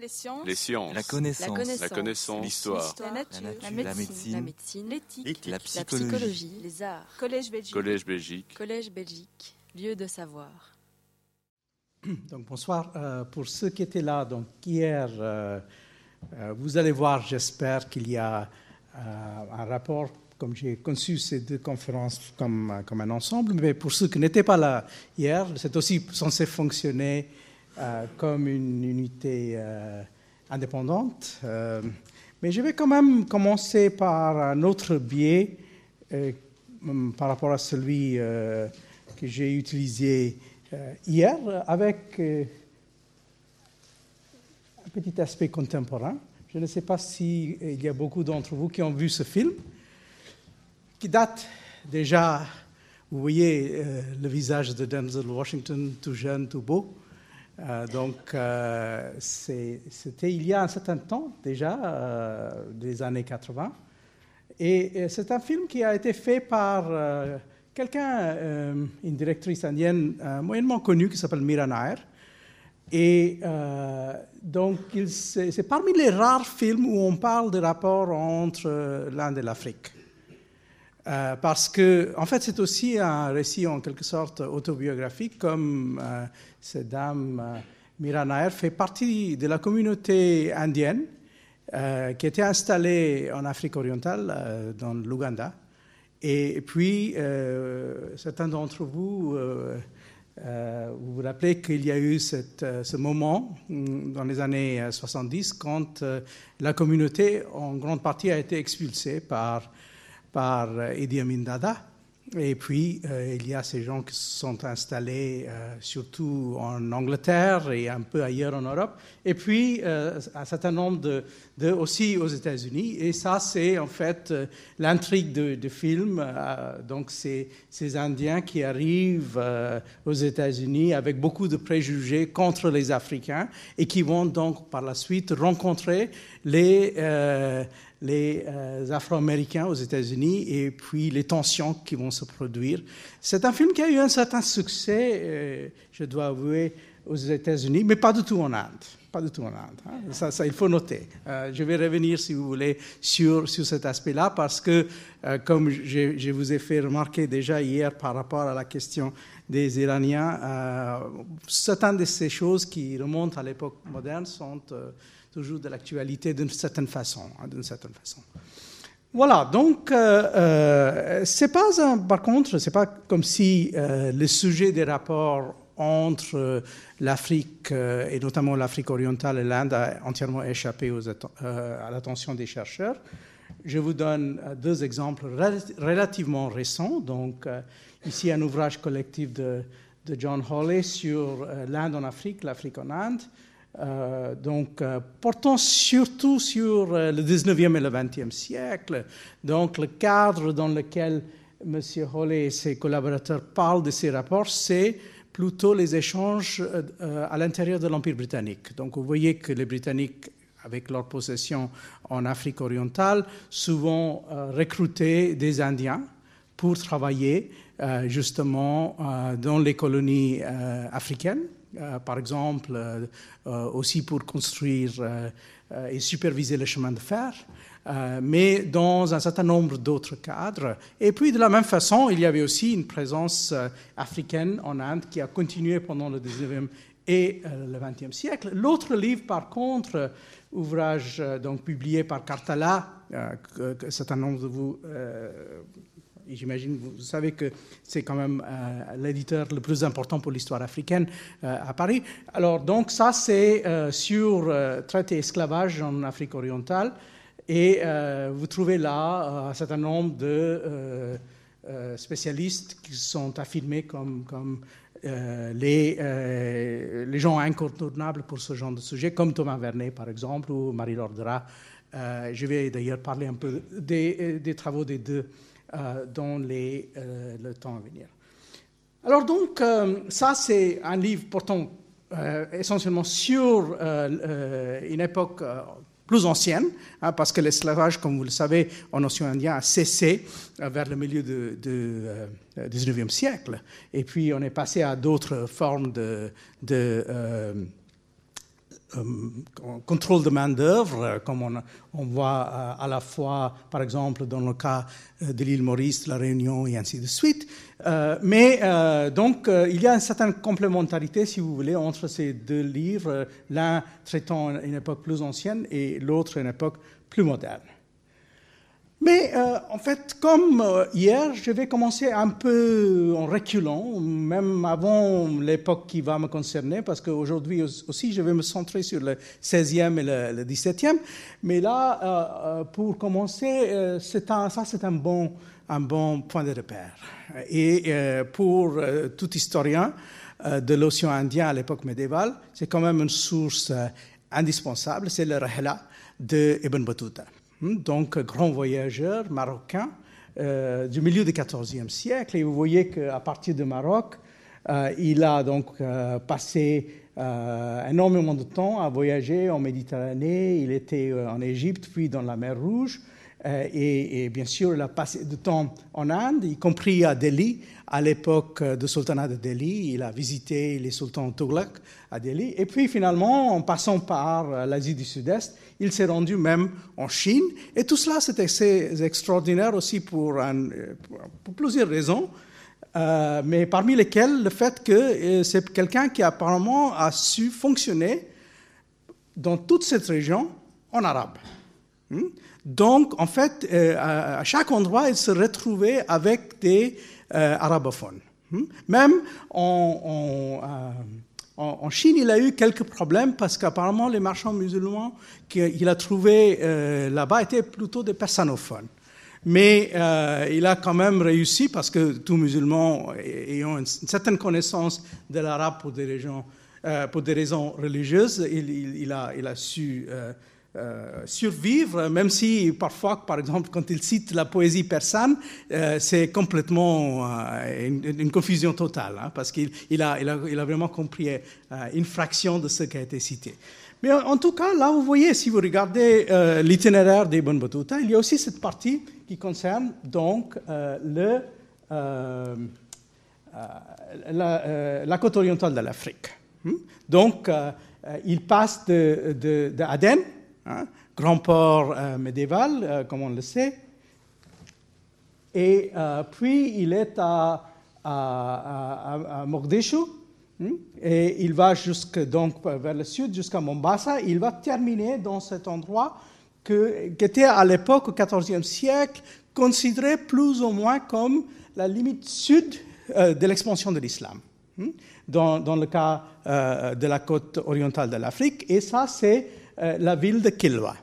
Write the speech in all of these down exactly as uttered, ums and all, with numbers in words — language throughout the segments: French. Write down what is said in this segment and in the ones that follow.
Les sciences. Les sciences. La connaissance. La connaissance. L'histoire. La nature. La nature. La médecine. La médecine. L'éthique. La La psychologie. psychologie. Les arts. Collège Belgique. Collège Belgique. Collège Belgique. Lieu de savoir. Donc, bonsoir. Euh, pour ceux qui étaient là, donc hier, euh, euh, vous allez voir, j'espère qu'il y a euh, un rapport, comme j'ai conçu ces deux conférences comme, comme un ensemble, mais pour ceux qui n'étaient pas là hier, c'est aussi censé fonctionner euh, comme une unité euh, indépendante. Euh, mais je vais quand même commencer par un autre biais euh, par rapport à celui euh, que j'ai utilisé Euh, hier, avec euh, un petit aspect contemporain. Je ne sais pas s'il euh, y a beaucoup d'entre vous qui ont vu ce film, qui date déjà, vous voyez euh, le visage de Denzel Washington, tout jeune, tout beau. Euh, donc, euh, c'est, c'était il y a un certain temps déjà, euh, des années quatre-vingts. Et, et c'est un film qui a été fait par... Euh, Quelqu'un, euh, une directrice indienne euh, moyennement connue qui s'appelle Meera Nair. Et euh, donc, il, c'est, c'est parmi les rares films où on parle de rapport entre euh, l'Inde et l'Afrique. Euh, parce que, en fait, c'est aussi un récit en quelque sorte autobiographique, comme euh, cette dame, euh, Meera Nair, fait partie de la communauté indienne euh, qui était installée en Afrique orientale, euh, dans l'Ouganda. Et puis, euh, certains d'entre vous, euh, euh, vous vous rappelez qu'il y a eu cette, ce moment dans les années soixante-dix quand euh, la communauté, en grande partie, a été expulsée par, par Idi Amin Dada. Et puis, euh, il y a ces gens qui se sont installés euh, surtout en Angleterre et un peu ailleurs en Europe. Et puis, euh, un certain nombre de, de aussi aux États-Unis. Et ça, c'est en fait euh, l'intrigue du de, de film. Euh, donc, c'est ces Indiens qui arrivent euh, aux États-Unis avec beaucoup de préjugés contre les Africains et qui vont donc par la suite rencontrer les... Euh, les euh, Afro-Américains aux États-Unis et puis les tensions qui vont se produire. C'est un film qui a eu un certain succès, euh, je dois avouer, aux États-Unis, mais pas du tout en Inde. Pas du tout en Inde. Hein. Ça, ça, il faut noter. Euh, je vais revenir, si vous voulez, sur, sur cet aspect-là, parce que, euh, comme je, je vous ai fait remarquer déjà hier par rapport à la question des Iraniens, euh, certaines de ces choses qui remontent à l'époque moderne sont... Euh, toujours de l'actualité d'une certaine façon, hein, d'une certaine façon. Voilà, donc, euh, euh, c'est pas un, par contre, c'est pas comme si euh, le sujet des rapports entre euh, l'Afrique, euh, et notamment l'Afrique orientale et l'Inde, a entièrement échappé aux, euh, à l'attention des chercheurs. Je vous donne euh, deux exemples rel- relativement récents. Donc, euh, ici, un ouvrage collectif de, de John Hawley sur euh, l'Inde en Afrique, l'Afrique en Inde. Euh, donc, euh, portant surtout sur euh, le dix-neuvième et le vingtième siècle, donc le cadre dans lequel M. Hawley et ses collaborateurs parlent de ces rapports, c'est plutôt les échanges euh, à l'intérieur de l'Empire britannique. Donc, vous voyez que les Britanniques, avec leur possession en Afrique orientale, souvent euh, recrutaient des Indiens pour travailler euh, justement euh, dans les colonies euh, africaines. Euh, par exemple, euh, euh, aussi pour construire euh, euh, et superviser le chemin de fer, euh, mais dans un certain nombre d'autres cadres. Et puis, de la même façon, il y avait aussi une présence euh, africaine en Inde qui a continué pendant le dix-neuvième et euh, le vingtième siècle. L'autre livre, par contre, ouvrage euh, donc, publié par Karthala, euh, que, que un certain nombre de vous... Euh, Et j'imagine, vous savez que c'est quand même euh, l'éditeur le plus important pour l'histoire africaine euh, à Paris. Alors, donc, ça, c'est euh, sur euh, traité esclavage en Afrique orientale. Et euh, vous trouvez là euh, un certain nombre de euh, euh, spécialistes qui sont affirmés comme, comme euh, les, euh, les gens incontournables pour ce genre de sujet, comme Thomas Vernet, par exemple, ou Marie-Laure Dra. Euh, je vais d'ailleurs parler un peu des, des travaux des deux Euh, dans les, euh, le temps à venir. Alors donc, euh, ça c'est un livre portant euh, essentiellement sur euh, euh, une époque euh, plus ancienne, hein, parce que l'esclavage, comme vous le savez, en Océan Indien a cessé euh, vers le milieu du euh, dix-neuvième siècle. Et puis on est passé à d'autres formes de, de, euh, euh, contrôle de main-d'œuvre, comme on, on voit euh, à la fois, par exemple, dans le cas euh, de l'île Maurice, la Réunion et ainsi de suite. Euh, mais euh, donc, euh, il y a une certaine complémentarité, si vous voulez, entre ces deux livres, l'un traitant une époque plus ancienne et l'autre une époque plus moderne. Mais euh, en fait, comme euh, hier, je vais commencer un peu en reculant, même avant l'époque qui va me concerner, parce qu'aujourd'hui aussi, je vais me centrer sur le seizième et le, le dix-septième. Mais là, euh, pour commencer, euh, c'est un, ça c'est un bon, un bon point de repère. Et euh, pour euh, tout historien euh, de l'océan Indien à l'époque médiévale, c'est quand même une source euh, indispensable, c'est le Rihla de Ibn Battuta. Donc, grand voyageur marocain euh, du milieu du quatorzième siècle. Et vous voyez qu'à partir du Maroc, euh, il a donc euh, passé euh, énormément de temps à voyager en Méditerranée. Il était euh, en Égypte, puis dans la mer Rouge. Euh, et, et bien sûr, il a passé du temps en Inde, y compris à Delhi. À l'époque du sultanat de Delhi, il a visité les sultans Tughlaq à Delhi. Et puis finalement, en passant par l'Asie du Sud-Est, il s'est rendu même en Chine. Et tout cela, c'est assez extraordinaire aussi pour, un, pour plusieurs raisons, euh, mais parmi lesquelles le fait que euh, c'est quelqu'un qui apparemment a su fonctionner dans toute cette région en arabe. Hmm? Donc, en fait, euh, à chaque endroit, il se retrouvait avec des euh, arabophones. Hmm? Même en, en, euh, en, en Chine, il a eu quelques problèmes parce qu'apparemment, les marchands musulmans qu'il a trouvés euh, là-bas étaient plutôt des persanophones. Mais euh, il a quand même réussi parce que tout musulman ayant une, une certaine connaissance de l'arabe pour des raisons, euh, pour des raisons religieuses, il, il, il, a, il a su euh, Euh, survivre, même si parfois, par exemple, quand il cite la poésie persane, euh, c'est complètement euh, une, une confusion totale, hein, parce qu'il il a, il a, il a vraiment compris euh, une fraction de ce qui a été cité. Mais en, en tout cas, là, vous voyez, si vous regardez euh, l'itinéraire d'Ibn Battuta, il y a aussi cette partie qui concerne donc euh, le, euh, euh, la, euh, la côte orientale de l'Afrique. Hmm? Donc, euh, il passe de, de, de Aden, Hein, grand port euh, médiéval, euh, comme on le sait. Et euh, puis, il est à, à, à, à Mogadiscio, hein, et il va jusque, donc, vers le sud jusqu'à Mombasa. Il va terminer dans cet endroit que, qui était à l'époque, au quatorzième siècle, considéré plus ou moins comme la limite sud euh, de l'expansion de l'islam, hein, dans, dans le cas euh, de la côte orientale de l'Afrique. Et ça, c'est Euh, la ville de Kilwa.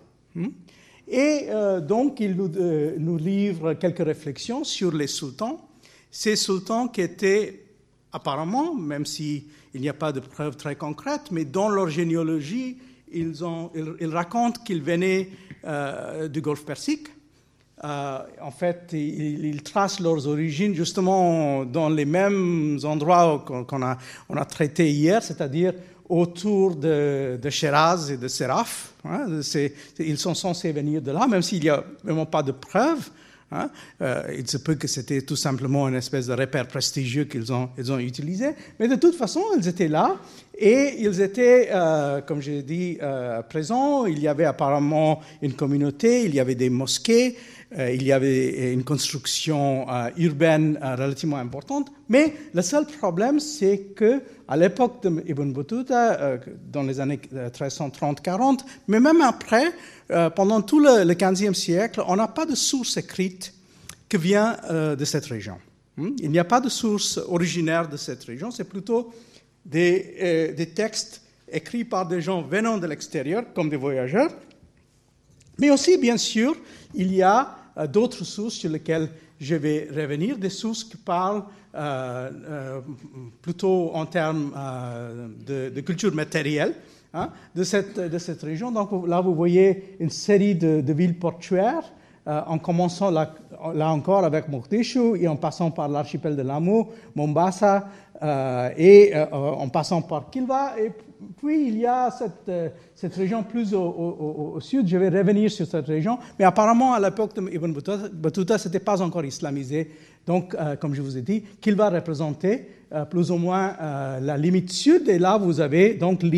Et euh, donc, il nous, euh, nous livre quelques réflexions sur les sultans. Ces sultans qui étaient apparemment, même s'il n'y a pas de preuves très concrètes, mais dans leur généalogie, ils, ont, ils, ils racontent qu'ils venaient euh, du Golfe Persique. Euh, en fait, ils, ils tracent leurs origines justement dans les mêmes endroits qu'on a, on a traités hier, c'est-à-dire autour de, de Shiraz et de Seraf. Hein, c'est, ils sont censés venir de là, même s'il n'y a vraiment pas de preuves. Hein, euh, il se peut que c'était tout simplement une espèce de repère prestigieux qu'ils ont, ils ont utilisé. Mais de toute façon, ils étaient là et ils étaient, euh, comme j'ai dit, euh, présents. Il y avait apparemment une communauté, il y avait des mosquées, euh, il y avait une construction euh, urbaine euh, relativement importante. Mais le seul problème, c'est que à l'époque d'Ibn Battuta, euh, dans les années treize cent trente quarante, mais même après, euh, pendant tout le, le quinzième siècle, on n'a pas de source écrite qui vient euh, de cette région. Hmm? Il n'y a pas de source originaire de cette région, c'est plutôt des, euh, des textes écrits par des gens venant de l'extérieur, comme des voyageurs. Mais aussi, bien sûr, il y a euh, d'autres sources sur lesquelles je vais revenir, des sources qui parlent euh, euh, plutôt en termes euh, de, de culture matérielle, hein, de, cette, de cette région. Donc là, vous voyez une série de, de villes portuaires, euh, en commençant là, là encore avec Mogadiscio et en passant par l'archipel de Lamu, Mombasa, euh, et euh, en passant par Kilwa. Et puis, il y a cette, euh, cette région plus au, au, au sud. Je vais revenir sur cette région. Mais apparemment, à l'époque d'Ibn Battuta, ce n'était pas encore islamisé. Donc, euh, comme je vous ai dit, Kilwa représentait euh, plus ou moins euh, la limite sud. Et là, vous avez donc l'île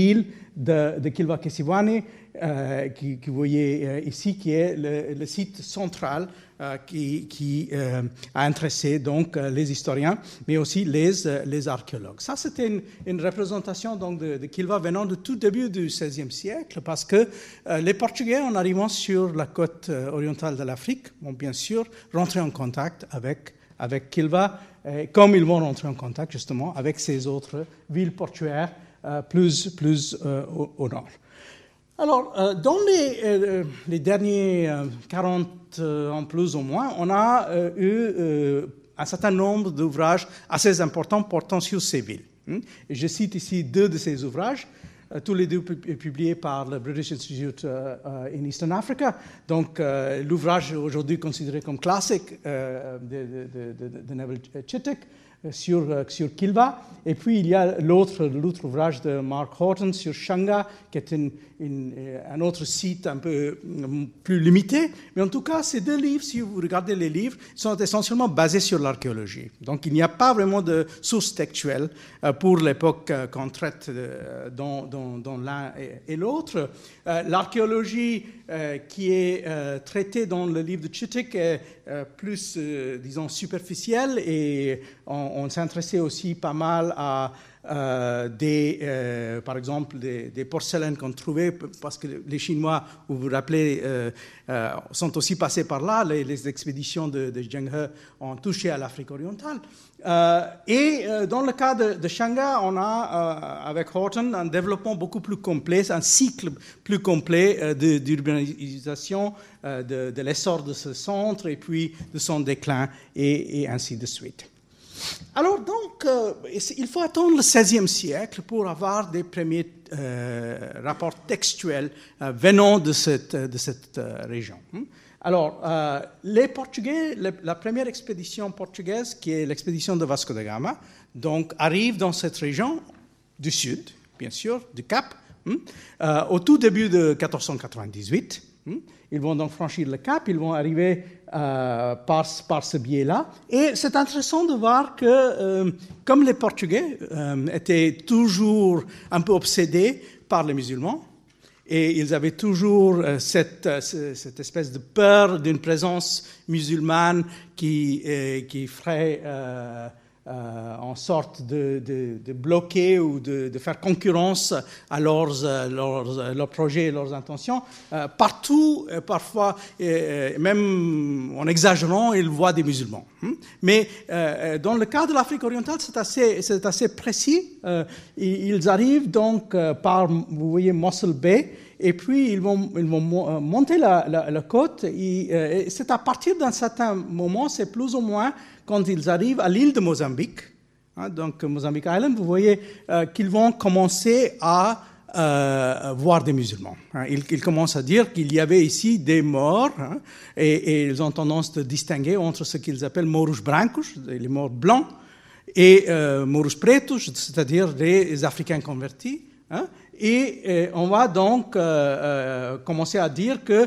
de, de Kilva Kesivani, euh, qui, que vous voyez euh, ici, qui est le, le site central euh, qui, qui euh, a intéressé donc euh, les historiens, mais aussi les, euh, les archéologues. Ça, c'était une, une représentation donc, de, de Kilva venant du tout début du seizième siècle, parce que euh, les Portugais, en arrivant sur la côte euh, orientale de l'Afrique, vont bien sûr rentrer en contact avec, avec Kilva, euh, comme ils vont rentrer en contact justement avec ces autres villes portuaires euh, plus, plus euh, au, au nord. Alors, euh, dans les, euh, les derniers euh, quarante ans plus ou moins, on a euh, eu euh, un certain nombre d'ouvrages assez importants portant sur ces villes. Et je cite ici deux de ces ouvrages, euh, tous les deux publiés par le British Institute uh, uh, in Eastern Africa. Donc, euh, l'ouvrage aujourd'hui considéré comme classique euh, de, de, de, de Neville Chittick, Sur, sur Kilva, et puis il y a l'autre, l'autre ouvrage de Mark Horton sur Shanga, qui est une, une, un autre site un peu plus limité. Mais en tout cas, ces deux livres, si vous regardez les livres, sont essentiellement basés sur l'archéologie. Donc il n'y a pas vraiment de source textuelle pour l'époque qu'on traite dans, dans, dans l'un et, et l'autre. L'archéologie qui est traitée dans le livre de Chittick est plus, disons, superficielle, et on, on s'intéressait aussi pas mal à euh, des, euh, par exemple, des, des porcelaines qu'on trouvait, parce que les Chinois, vous vous rappelez, euh, euh, sont aussi passés par là. Les, les expéditions de, de Zheng He ont touché à l'Afrique orientale. Euh, et euh, dans le cas de, de Shanga, on a, euh, avec Horton, un développement beaucoup plus complet, un cycle plus complet euh, de, d'urbanisation, euh, de, de l'essor de ce centre, et puis de son déclin, et, et ainsi de suite. Alors donc, euh, il faut attendre le seizième siècle pour avoir des premiers euh, rapports textuels euh, venant de cette, de cette euh, région. Alors, euh, les Portugais, le, la première expédition portugaise, qui est l'expédition de Vasco da Gama, donc arrive dans cette région du sud, bien sûr, du Cap, hein, euh, au tout début de quatorze cent quatre-vingt-dix-huit. Hein. Ils vont donc franchir le Cap, ils vont arriver euh, par, par ce biais-là. Et c'est intéressant de voir que, euh, comme les Portugais euh, étaient toujours un peu obsédés par les musulmans, et ils avaient toujours euh, cette, euh, cette espèce de peur d'une présence musulmane qui, euh, qui ferait euh, euh, en sorte de, de, de bloquer ou de, de faire concurrence à leurs, leurs, leurs projets et leurs intentions. Euh, partout, euh, parfois, euh, même en exagérant, ils voient des musulmans. Mais euh, dans le cas de l'Afrique orientale, c'est assez, c'est assez précis. Euh, ils arrivent donc euh, par, vous voyez, Mossel Bay, et puis ils vont, ils vont monter la, la, la côte. Et, euh, c'est à partir d'un certain moment, c'est plus ou moins quand ils arrivent à l'île de Mozambique, hein, donc Mozambique Island, vous voyez euh, qu'ils vont commencer à euh, voir des musulmans. Hein. Ils, ils commencent à dire qu'il y avait ici des morts, hein, et, et ils ont tendance à distinguer entre ce qu'ils appellent morus brancos, les morts blancs, et euh, morus pretos, c'est-à-dire les Africains convertis. Hein. Et euh, on va donc euh, euh, commencer à dire qu'il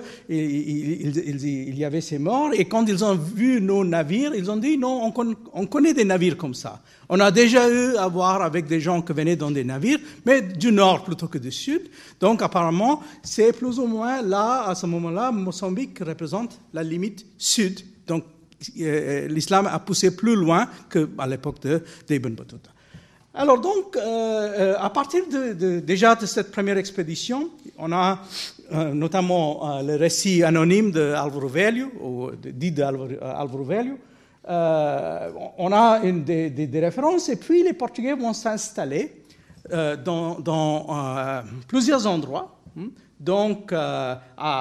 il, il, il y avait ces morts. Et quand ils ont vu nos navires, ils ont dit non, on, con, on connaît des navires comme ça. On a déjà eu à voir avec des gens qui venaient dans des navires, mais du nord plutôt que du sud. Donc apparemment, c'est plus ou moins là, à ce moment-là, Mozambique représente la limite sud. Donc euh, l'islam a poussé plus loin qu'à l'époque de, d'Ibn Battuta. Alors donc, euh, à partir de, de, déjà de cette première expédition, on a euh, notamment euh, le récit anonyme de Álvaro Velho, ou dit d'Álvaro Velho. Euh, on a une, des, des, des références, et puis les Portugais vont s'installer euh, dans, dans euh, plusieurs endroits, hein, donc euh,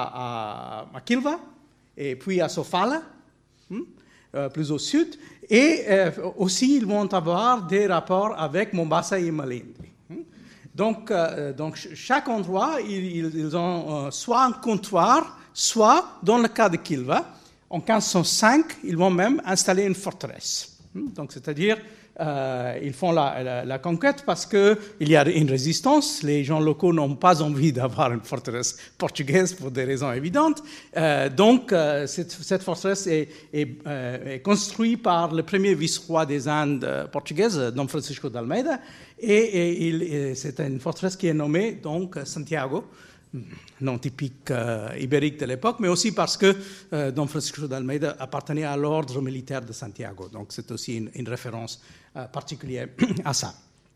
à, à, à Kilva, et puis à Sofala, hein, euh, plus au sud. Et euh, aussi, ils vont avoir des rapports avec Mombasa et Malindi. Donc, euh, donc chaque endroit, ils, ils ont euh, soit un comptoir, soit, dans le cas de Kilva, en quinze cent cinq, ils vont même installer une forteresse. Donc, c'est-à-dire euh, ils font la, la, la conquête parce qu'il y a une résistance. Les gens locaux n'ont pas envie d'avoir une forteresse portugaise pour des raisons évidentes. Euh, donc, euh, cette, cette forteresse est, est, euh, est construite par le premier vice-roi des Indes portugaises, Dom Francisco d'Almeida, et, et, il, et c'est une forteresse qui est nommée donc Santiago, nom typique euh, ibérique de l'époque, mais aussi parce que euh, Don Francisco d'Almeida appartenait à l'ordre militaire de Santiago. Donc c'est aussi une, une référence euh, particulière à ça.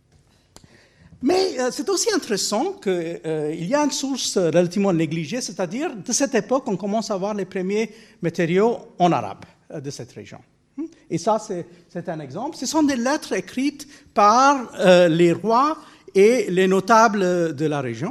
Mais euh, c'est aussi intéressant qu'il euh, y a une source relativement négligée, c'est-à-dire de cette époque, on commence à voir les premiers matériaux en arabe euh, de cette région. Et ça, c'est, c'est un exemple. Ce sont des lettres écrites par euh, les rois et les notables de la région.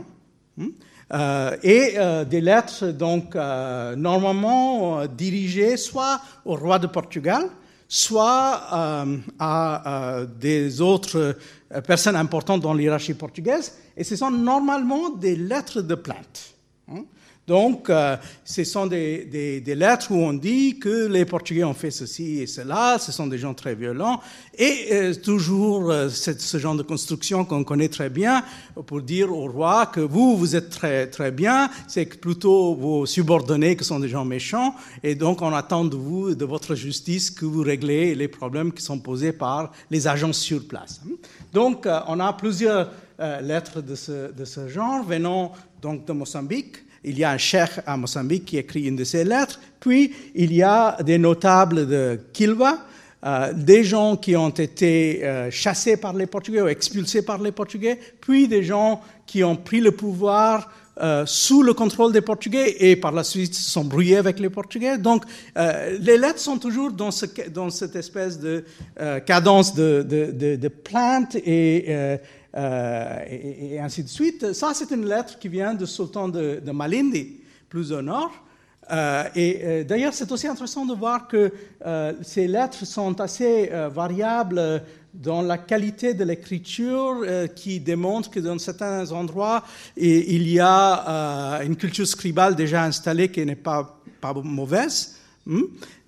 Euh, et euh, des lettres donc euh, normalement euh, dirigées soit au roi de Portugal, soit euh, à euh, des autres euh, personnes importantes dans l'hierarchie portugaise, et ce sont normalement des lettres de plainte. Hein. Donc, euh, ce sont des, des, des lettres où on dit que les Portugais ont fait ceci et cela, ce sont des gens très violents, et euh, toujours euh, c'est ce genre de construction qu'on connaît très bien pour dire au roi que vous, vous êtes très, très bien, c'est plutôt vos subordonnés qui sont des gens méchants, et donc on attend de vous, de votre justice, que vous réglez les problèmes qui sont posés par les agents sur place. Donc, euh, on a plusieurs euh, lettres de ce, de ce genre venant donc de Mozambique. Il y a un cheikh à Mozambique qui écrit une de ces lettres. Puis, il y a des notables de Quilva, euh, des gens qui ont été euh, chassés par les Portugais ou expulsés par les Portugais, puis des gens qui ont pris le pouvoir euh, sous le contrôle des Portugais et par la suite se sont brouillés avec les Portugais. Donc, euh, les lettres sont toujours dans, ce, dans cette espèce de euh, cadence de, de, de, de plainte et... Euh, Euh, et, et ainsi de suite. Ça, c'est une lettre qui vient du sultan de, de Malindi, plus au nord. Euh, et euh, d'ailleurs, c'est aussi intéressant de voir que euh, ces lettres sont assez euh, variables dans la qualité de l'écriture, euh, qui démontre que dans certains endroits, et, il y a euh, une culture scribale déjà installée qui n'est pas, pas mauvaise. Hmm?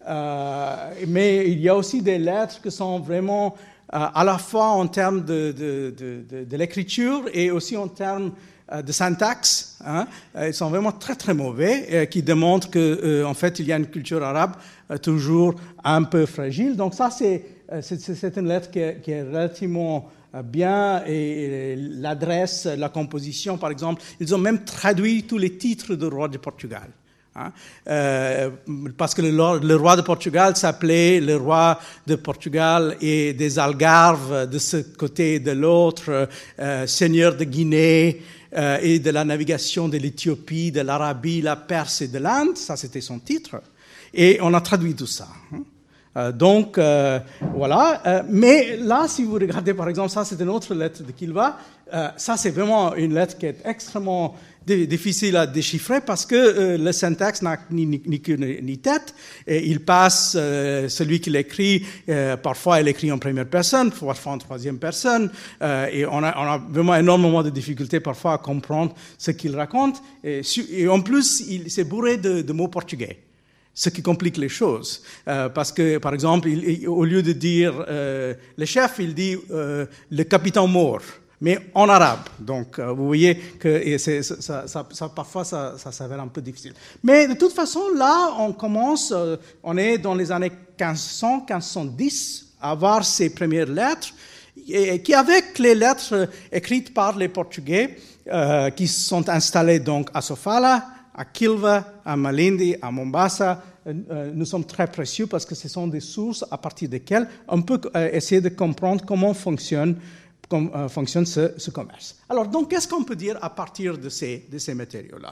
Euh, mais il y a aussi des lettres qui sont vraiment... à la fois en termes de, de, de, de, de l'écriture et aussi en termes de syntaxe. Hein. Ils sont vraiment très, très mauvais, qui démontrent qu'en euh, en fait, il y a une culture arabe euh, toujours un peu fragile. Donc ça, c'est, c'est, c'est une lettre qui est, qui est relativement bien, et, et l'adresse, la composition, par exemple, ils ont même traduit tous les titres du roi du Portugal. Hein? Euh, parce que le, le roi de Portugal s'appelait le roi de Portugal et des Algarves de ce côté et de l'autre, euh, seigneur de Guinée euh, et de la navigation de l'Éthiopie, de l'Arabie, la Perse et de l'Inde. Ça, c'était son titre. Et on a traduit tout ça. Hein? Euh, donc, euh, voilà. Euh, mais là, si vous regardez, par exemple, ça, c'est une autre lettre de Quilva. Euh, ça, c'est vraiment une lettre qui est extrêmement difficile à déchiffrer parce que euh, le syntaxe n'a ni, ni, ni queue ni tête. Et il passe, euh, celui qui l'écrit, euh, parfois il écrit en première personne, parfois en troisième personne. Euh, et on a, on a vraiment énormément de difficultés parfois à comprendre ce qu'il raconte. Et, et en plus, il s'est bourré de, de mots portugais, ce qui complique les choses. Euh, parce que, par exemple, il, il, au lieu de dire euh, le chef, il dit euh, le capitaine mort, mais en arabe. Donc, euh, vous voyez que c'est, ça, ça, ça, parfois, ça, ça s'avère un peu difficile. Mais de toute façon, là, on commence, euh, on est dans les années quinze cents, quinze cent dix, à avoir ces premières lettres, et, qui, avec les lettres écrites par les Portugais, euh, qui sont installés donc à Sofala, à Quilva, à Malindi, à Mombasa, euh, nous sommes très précieux parce que ce sont des sources à partir desquelles on peut euh, essayer de comprendre comment fonctionne Comme, euh, fonctionne ce, ce commerce. Alors, donc, qu'est-ce qu'on peut dire à partir de ces, de ces matériaux-là?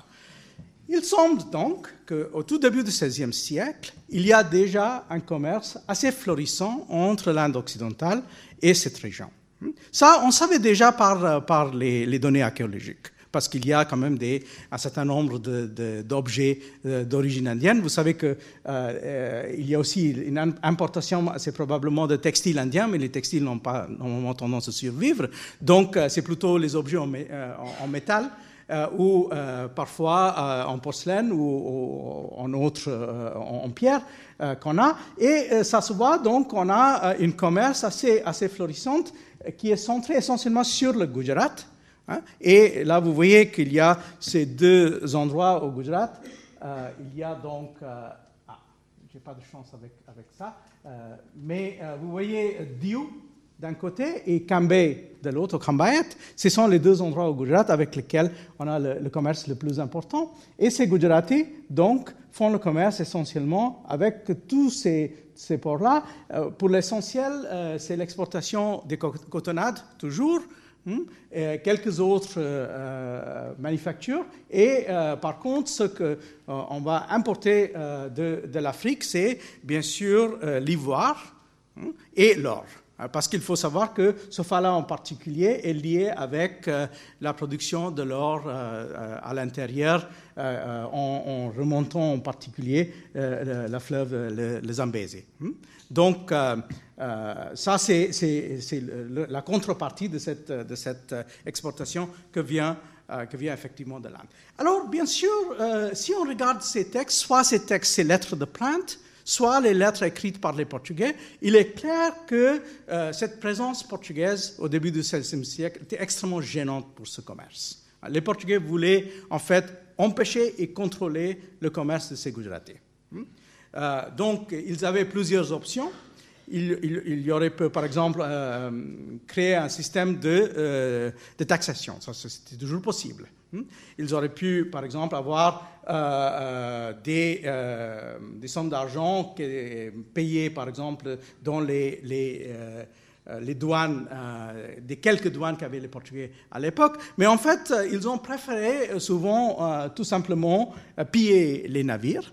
Il semble donc qu'au tout début du seizième siècle, il y a déjà un commerce assez florissant entre l'Inde occidentale et cette région. Ça, on savait déjà par, par les, les données archéologiques, parce qu'il y a quand même des, un certain nombre de, de, d'objets euh, d'origine indienne. Vous savez qu'il euh, y a aussi une importation, c'est probablement de textiles indiens, mais les textiles n'ont pas normalement tendance à survivre. Donc, euh, c'est plutôt les objets en, euh, en, en métal euh, ou euh, parfois euh, en porcelaine ou, ou en autre, euh, en, en pierre euh, qu'on a. Et euh, ça se voit, donc, on a euh, un commerce assez, assez florissant euh, qui est centré essentiellement sur le Gujarat. Hein. Et là, vous voyez qu'il y a ces deux endroits au Gujarat. Euh, il y a donc... Euh, ah, je n'ai pas de chance avec, avec ça. Euh, mais euh, vous voyez Diu d'un côté et Cambay de l'autre, Cambayat. Ce sont les deux endroits au Gujarat avec lesquels on a le, le commerce le plus important. Et ces Gujaratis, donc, font le commerce essentiellement avec tous ces, ces ports-là. Euh, pour l'essentiel, euh, c'est l'exportation des cotonnades, toujours, hein, et quelques autres euh, manufactures. Et euh, par contre, ce qu'on euh, va importer euh, de, de l'Afrique, c'est bien sûr euh, l'ivoire, hein, et l'or. Parce qu'il faut savoir que ce fait-là en particulier est lié avec euh, la production de l'or euh, à l'intérieur, euh, en, en remontant en particulier euh, la fleuve, le, le Zambèze. Donc, euh, euh, ça, c'est, c'est, c'est le, la contrepartie de cette, de cette exportation que vient, euh, que vient effectivement de l'Inde. Alors, bien sûr, euh, si on regarde ces textes, soit ces textes, ces lettres de plainte, soit les lettres écrites par les Portugais, il est clair que euh, cette présence portugaise au début du seizième siècle était extrêmement gênante pour ce commerce. Les Portugais voulaient en fait empêcher et contrôler le commerce de ces Gujaratis. Euh, donc, ils avaient plusieurs options. Il, il, il y aurait pu, par exemple, euh, créer un système de, euh, de taxation. Ça, c'était toujours possible. Ils auraient pu, par exemple, avoir euh, euh, des, euh, des sommes d'argent payées, par exemple, dans les, les, euh, les douanes, euh, des quelques douanes qu'avaient les Portugais à l'époque. Mais en fait, ils ont préféré souvent euh, tout simplement piller les navires.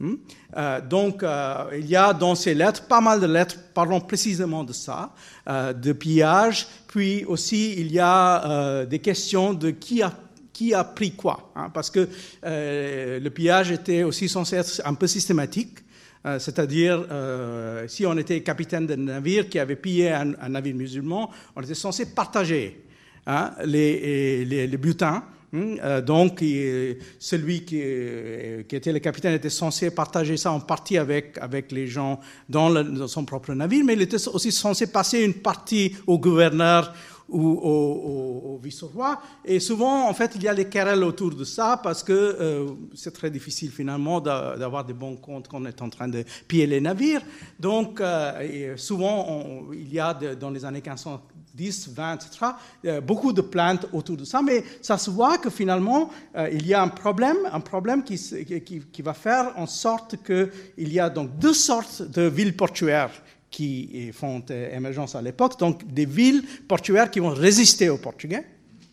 Euh, donc, euh, il y a dans ces lettres pas mal de lettres parlant précisément de ça, euh, de pillage. Puis aussi, il y a euh, des questions de qui a qui a pris quoi, hein, parce que euh, le pillage était aussi censé être un peu systématique, euh, c'est-à-dire euh, si on était capitaine d'un navire qui avait pillé un, un navire musulman, on était censé partager hein, les, les, les butins. Hein, euh, donc, il, celui qui, qui était le capitaine était censé partager ça en partie avec, avec les gens dans, le, dans son propre navire, mais il était aussi censé passer une partie au gouverneur ou au, au, au vice-roi. Et souvent, en fait, il y a des querelles autour de ça parce que euh, c'est très difficile, finalement, d'avoir des bons comptes qu'on est en train de piller les navires. Donc, euh, souvent, on, il y a de, dans les années quinze cent dix, vingt, et cetera, euh, beaucoup de plaintes autour de ça. Mais ça se voit que, finalement, euh, il y a un problème, un problème qui, qui, qui va faire en sorte qu'il y a donc deux sortes de villes portuaires qui font émergence à l'époque, donc des villes portuaires qui vont résister aux Portugais.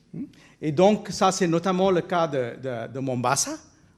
Et donc, ça, c'est notamment le cas de, de, de Mombasa.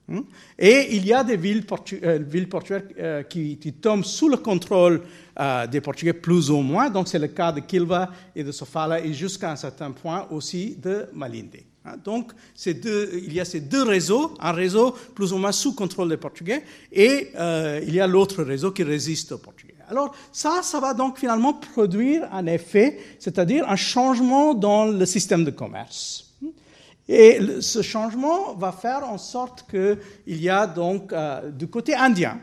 Et il y a des villes, portu euh, villes portuaires euh, qui, qui tombent sous le contrôle euh, des Portugais, plus ou moins. Donc, c'est le cas de Quilva et de Sofala, et jusqu'à un certain point aussi de Malinde. Donc, ces deux, il y a ces deux réseaux, un réseau plus ou moins sous contrôle des Portugais, et euh, il y a l'autre réseau qui résiste aux Portugais. Alors, ça, ça va donc finalement produire un effet, c'est-à-dire un changement dans le système de commerce. Et ce changement va faire en sorte qu'il y a donc, euh, du côté indien,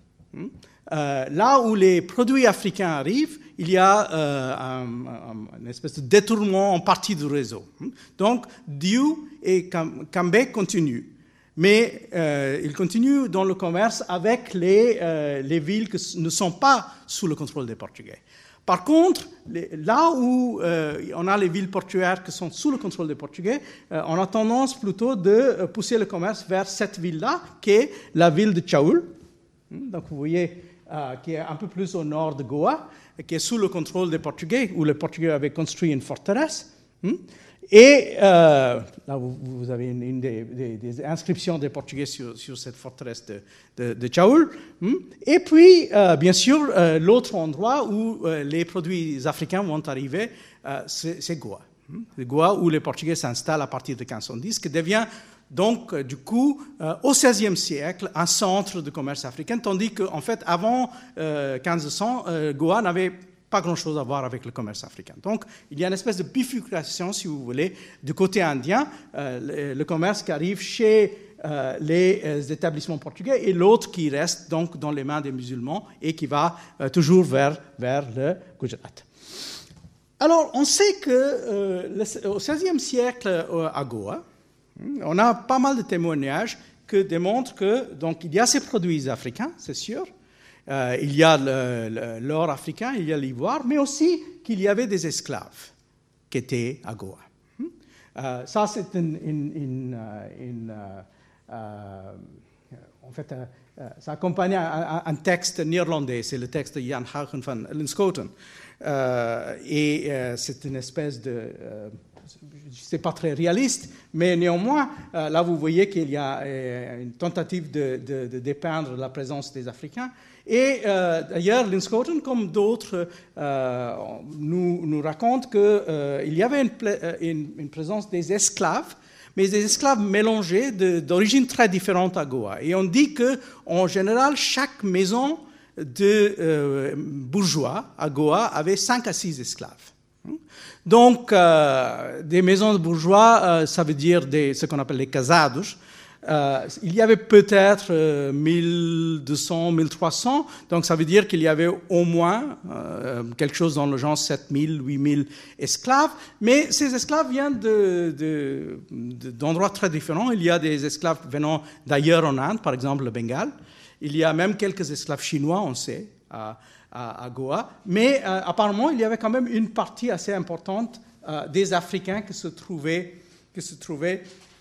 euh, là où les produits africains arrivent, il y a euh, un, un, une espèce de détournement en partie du réseau. Donc, Diu et Cambay continuent. Mais euh, ils continuent dans le commerce avec les, euh, les villes qui ne sont pas sous le contrôle des Portugais. Par contre, les, là où euh, on a les villes portuaires qui sont sous le contrôle des Portugais, euh, on a tendance plutôt de pousser le commerce vers cette ville-là, qui est la ville de Chaul. Donc vous voyez, euh, qui est un peu plus au nord de Goa, qui est sous le contrôle des Portugais, où les Portugais avaient construit une forteresse. Et euh, là, vous, vous avez une, une des, des, des inscriptions des Portugais sur, sur cette forteresse de, de, de Chaul. Et puis, euh, bien sûr, euh, l'autre endroit où euh, les produits africains vont arriver, euh, c'est Goa. C'est Goa où les Portugais s'installent à partir de quinze cent dix, qui devient donc, du coup, euh, au seizième siècle, un centre de commerce africain, tandis qu'en fait, avant euh, quinze cents, euh, Goa n'avait pas grand-chose à voir avec le commerce africain. Donc, il y a une espèce de bifurcation, si vous voulez, du côté indien, euh, le, le commerce qui arrive chez euh, les euh, établissements portugais et l'autre qui reste donc dans les mains des musulmans et qui va euh, toujours vers, vers le Gujarat. Alors, on sait que euh, le, au seizième siècle euh, à Goa, on a pas mal de témoignages qui démontrent que donc il y a ces produits africains, c'est sûr. Euh, il y a le, le, l'or africain, il y a l'ivoire, mais aussi qu'il y avait des esclaves qui étaient à Goa. Euh, ça, c'est une, une, une, une euh, euh, en fait, euh, ça accompagne un, un texte néerlandais, c'est le texte de Jan Haugen van Linschoten. Euh, et euh, c'est une espèce de... Euh, c'est pas très réaliste, mais néanmoins, euh, là, vous voyez qu'il y a euh, une tentative de, de, de dépeindre la présence des Africains. Et euh, d'ailleurs, Linschoten, comme d'autres, euh, nous, nous raconte qu'il euh, y avait une, une, une présence des esclaves, mais des esclaves mélangés de, d'origine très différente à Goa. Et on dit qu'en général, chaque maison de euh, bourgeois à Goa avait cinq à six esclaves. Donc, euh, des maisons de bourgeois, euh, ça veut dire des, ce qu'on appelle les casados. Euh, il y avait peut-être euh, mille deux cents, mille trois cents, donc ça veut dire qu'il y avait au moins euh, quelque chose dans le genre sept mille, huit mille esclaves. Mais ces esclaves viennent de, de, de, d'endroits très différents. Il y a des esclaves venant d'ailleurs en Inde, par exemple le Bengale. Il y a même quelques esclaves chinois, on sait, à, à, à Goa. Mais euh, apparemment, il y avait quand même une partie assez importante euh, des Africains qui se trouvaient, qui se trouvaient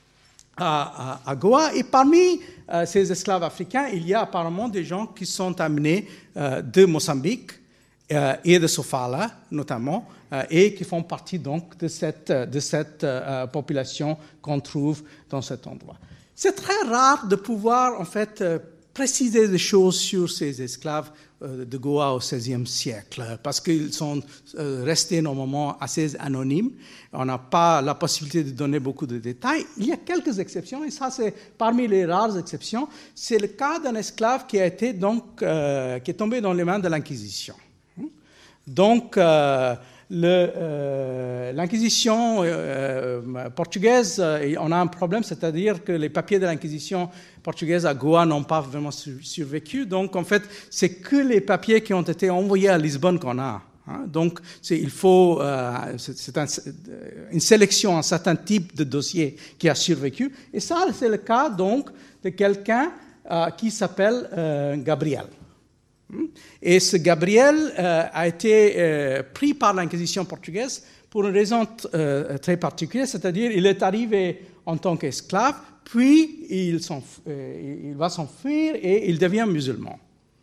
à, à, à Goa. Et parmi euh, ces esclaves africains, il y a apparemment des gens qui sont amenés euh, de Mozambique euh, et de Sofala, notamment, euh, et qui font partie donc de cette, de cette euh, population qu'on trouve dans cet endroit. C'est très rare de pouvoir, en fait, euh, préciser des choses sur ces esclaves euh, de Goa au seizième siècle, parce qu'ils sont euh, restés normalement assez anonymes. On n'a pas la possibilité de donner beaucoup de détails. Il y a quelques exceptions, et ça, c'est parmi les rares exceptions. C'est le cas d'un esclave qui a été donc euh, qui est tombé dans les mains de l'Inquisition. Donc, euh, Le, euh, l'Inquisition euh, portugaise, euh, on a un problème, c'est-à-dire que les papiers de l'Inquisition portugaise à Goa n'ont pas vraiment survécu. Donc, en fait, c'est que les papiers qui ont été envoyés à Lisbonne qu'on a. Hein. Donc, c'est, il faut, euh, c'est, c'est un, une sélection, un certain type de dossier qui a survécu. Et ça, c'est le cas, donc, de quelqu'un euh, qui s'appelle euh, Gabriel. Et ce Gabriel euh, a été euh, pris par l'Inquisition portugaise pour une raison t- euh, très particulière, c'est-à-dire il est arrivé en tant qu'esclave, puis il, euh, il va s'enfuir et il devient musulman.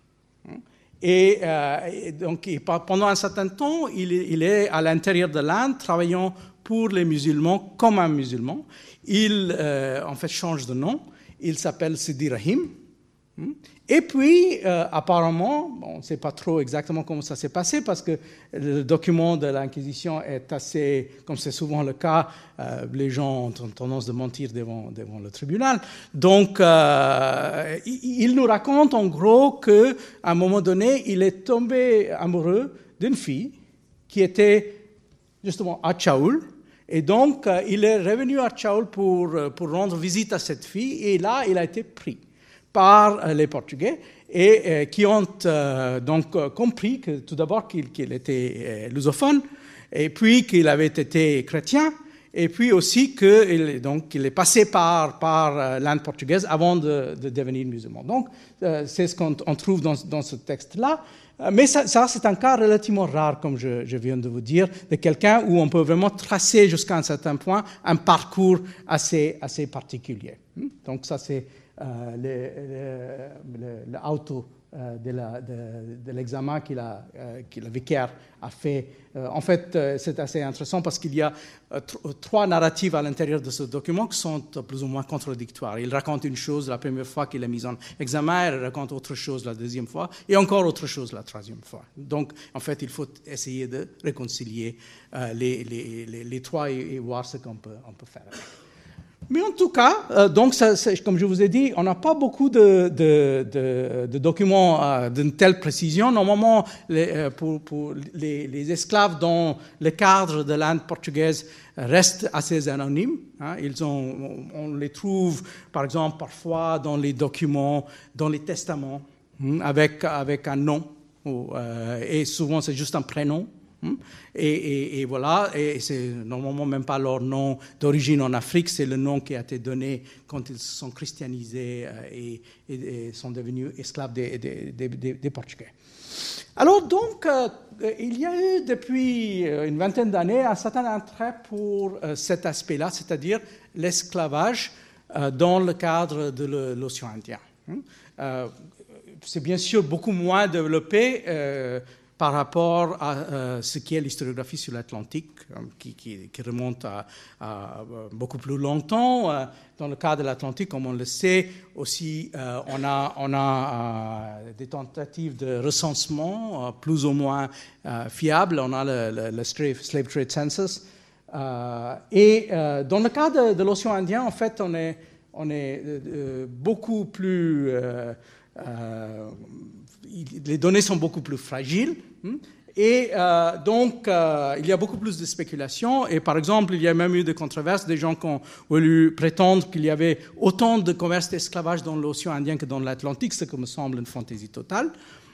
Et, euh, et donc et pendant un certain temps, il est, il est à l'intérieur de l'Inde travaillant pour les musulmans comme un musulman. Il euh, en fait change de nom, il s'appelle Sidi Rahim. Et puis, euh, apparemment, bon, on ne sait pas trop exactement comment ça s'est passé parce que le document de l'Inquisition est assez, comme c'est souvent le cas, euh, les gens ont tendance de mentir devant, devant le tribunal. Donc, euh, il, il nous raconte en gros qu'à un moment donné, il est tombé amoureux d'une fille qui était justement à Chaul. Et donc, euh, il est revenu à Chaul pour, pour rendre visite à cette fille et là, il a été pris par les Portugais, et euh, qui ont euh, donc euh, compris que tout d'abord qu'il, qu'il était euh, lusophone, et puis qu'il avait été chrétien, et puis aussi qu'il donc, il est passé par, par euh, l'Inde portugaise avant de, de devenir musulman. Donc, euh, c'est ce qu'on on trouve dans, dans ce texte-là. Mais ça, ça, c'est un cas relativement rare, comme je, je viens de vous dire, de quelqu'un où on peut vraiment tracer jusqu'à un certain point un parcours assez, assez particulier. Donc, ça, c'est Euh, le, le, le, le auto euh, de, la, de, de l'examen que, la, euh, que le vicaire a fait. Euh, en fait, euh, c'est assez intéressant parce qu'il y a euh, tr- trois narratives à l'intérieur de ce document qui sont plus ou moins contradictoires. Il raconte une chose la première fois qu'il est mis en examen, il raconte autre chose la deuxième fois, et encore autre chose la troisième fois. Donc, en fait, il faut essayer de réconcilier euh, les, les, les, les trois et, et voir ce qu'on peut, on peut faire avec. Mais en tout cas, euh, donc ça, comme je vous ai dit, on n'a pas beaucoup de, de, de, de documents euh, d'une telle précision. Normalement, les, euh, pour, pour les, les esclaves dans le cadre de l'Inde portugaise restent assez anonymes. Hein. Ils ont, on les trouve, par exemple, parfois dans les documents, dans les testaments, hein, avec, avec un nom, ou, euh, et souvent c'est juste un prénom. Et, et, et voilà, et c'est normalement même pas leur nom d'origine en Afrique, c'est le nom qui a été donné quand ils se sont christianisés et, et, et sont devenus esclaves des, des, des, des, des Portugais. Alors donc, euh, il y a eu depuis une vingtaine d'années un certain intérêt pour euh, cet aspect-là, c'est-à-dire l'esclavage euh, dans le cadre de l'océan Indien. Euh, c'est bien sûr beaucoup moins développé euh, par rapport à euh, ce qui est l'historiographie sur l'Atlantique, euh, qui, qui, qui remonte à, à beaucoup plus longtemps. Euh, dans le cas de l'Atlantique, comme on le sait, aussi, euh, on a, on a euh, des tentatives de recensement euh, plus ou moins euh, fiables. On a le, le, le Slave Trade Census. Euh, et euh, dans le cas de, de l'océan Indien, en fait, on est, on est euh, beaucoup plus... Euh, euh, les données sont beaucoup plus fragiles. Et euh, donc, euh, il y a beaucoup plus de spéculation. Et par exemple, il y a même eu des controverses, des gens qui ont voulu prétendre qu'il y avait autant de commerce d'esclavage dans l'océan Indien que dans l'Atlantique, ce qui me semble une fantaisie totale.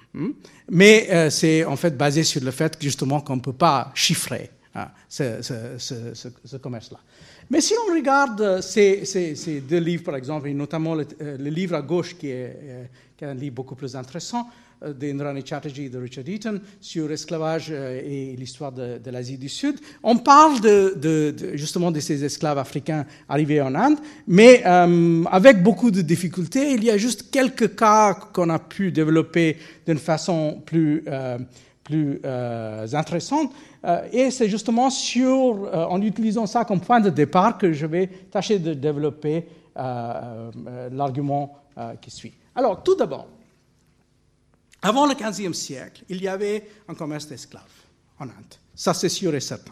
Mais euh, c'est en fait basé sur le fait que, justement, qu'on ne peut pas chiffrer hein, ce, ce, ce, ce, ce commerce-là. Mais si on regarde ces, ces, ces deux livres, par exemple, et notamment le, le livre à gauche, qui est, euh, qui est un livre beaucoup plus intéressant, d'Indrani Chatterjee et de Richard Eaton sur l'esclavage et l'histoire de, de l'Asie du Sud. On parle de, de, de, justement de ces esclaves africains arrivés en Inde, mais euh, avec beaucoup de difficultés. Il y a juste quelques cas qu'on a pu développer d'une façon plus, euh, plus euh, intéressante. Euh, et c'est justement sur, euh, en utilisant ça comme point de départ que je vais tâcher de développer euh, euh, l'argument euh, qui suit. Alors, tout d'abord, avant le quinzième siècle, il y avait un commerce d'esclaves en Inde. Ça, c'est sûr et certain.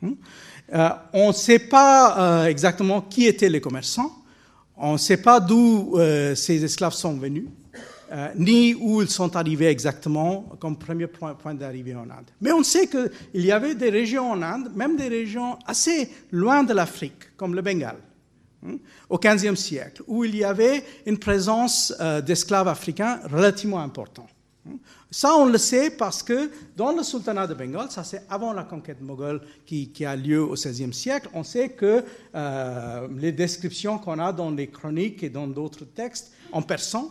Euh, on ne sait pas euh, exactement qui étaient les commerçants. On ne sait pas d'où euh, ces esclaves sont venus, euh, ni où ils sont arrivés exactement comme premier point, point d'arrivée en Inde. Mais on sait qu'il y avait des régions en Inde, même des régions assez loin de l'Afrique, comme le Bengale, hein, au quinzième siècle, où il y avait une présence euh, d'esclaves africains relativement importante. Ça, on le sait parce que dans le sultanat de Bengale, ça c'est avant la conquête moghole qui, qui a lieu au seizième siècle, on sait que euh, les descriptions qu'on a dans les chroniques et dans d'autres textes en persan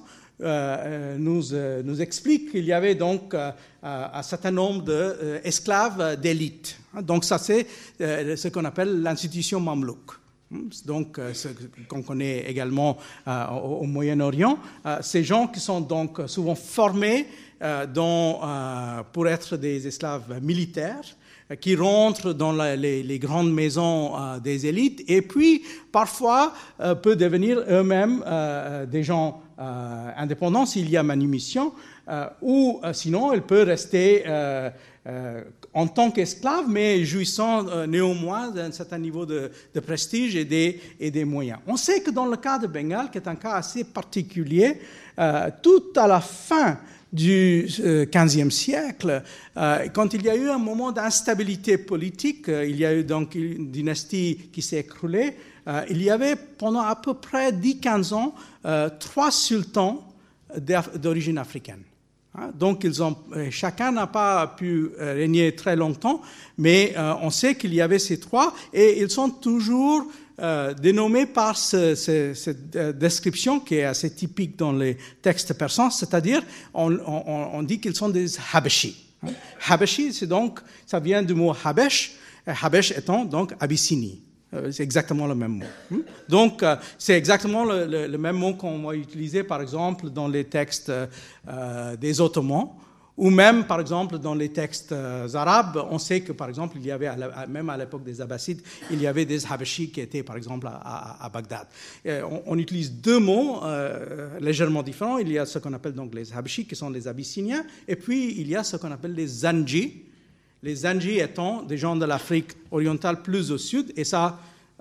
euh, nous, euh, nous expliquent qu'il y avait donc euh, un certain nombre d'esclaves euh, d'élite. Donc ça c'est euh, ce qu'on appelle l'institution mamelouk. Donc, euh, ce qu'on connaît également euh, au, au Moyen-Orient, euh, ces gens qui sont donc souvent formés euh, dans, euh, pour être des esclaves militaires, euh, qui rentrent dans la, les, les grandes maisons euh, des élites, et puis parfois euh, peuvent devenir eux-mêmes euh, des gens euh, indépendants s'il y a manumission, euh, ou euh, sinon ils peuvent rester euh, euh, en tant qu'esclaves, mais jouissant euh, néanmoins d'un certain niveau de, de prestige et des, et des moyens. On sait que dans le cas de Bengale, qui est un cas assez particulier, euh, tout à la fin du quinzième siècle, euh, quand il y a eu un moment d'instabilité politique, euh, il y a eu donc une dynastie qui s'est écroulée, euh, il y avait pendant à peu près dix à quinze ans euh, trois sultans d'origine africaine. Donc, ils ont, chacun n'a pas pu régner très longtemps, mais euh, on sait qu'il y avait ces trois, et ils sont toujours euh, dénommés par ce, ce, cette description qui est assez typique dans les textes persans, c'est-à-dire on, on, on dit qu'ils sont des Habashi. Habashi, c'est donc, ça vient du mot Habesh, Habesh étant donc Abyssinie. C'est exactement le même mot. Donc, c'est exactement le, le, le même mot qu'on va utiliser, par exemple, dans les textes euh, des Ottomans, ou même, par exemple, dans les textes euh, arabes. On sait que, par exemple, il y avait, même à l'époque des Abbassides, il y avait des Habashis qui étaient, par exemple, à, à, à Bagdad. Et on, on utilise deux mots euh, légèrement différents. Il y a ce qu'on appelle donc les Habashis, qui sont les Abyssiniens, et puis il y a ce qu'on appelle les Zanji. Les Zanji étant des gens de l'Afrique orientale plus au sud, et ça,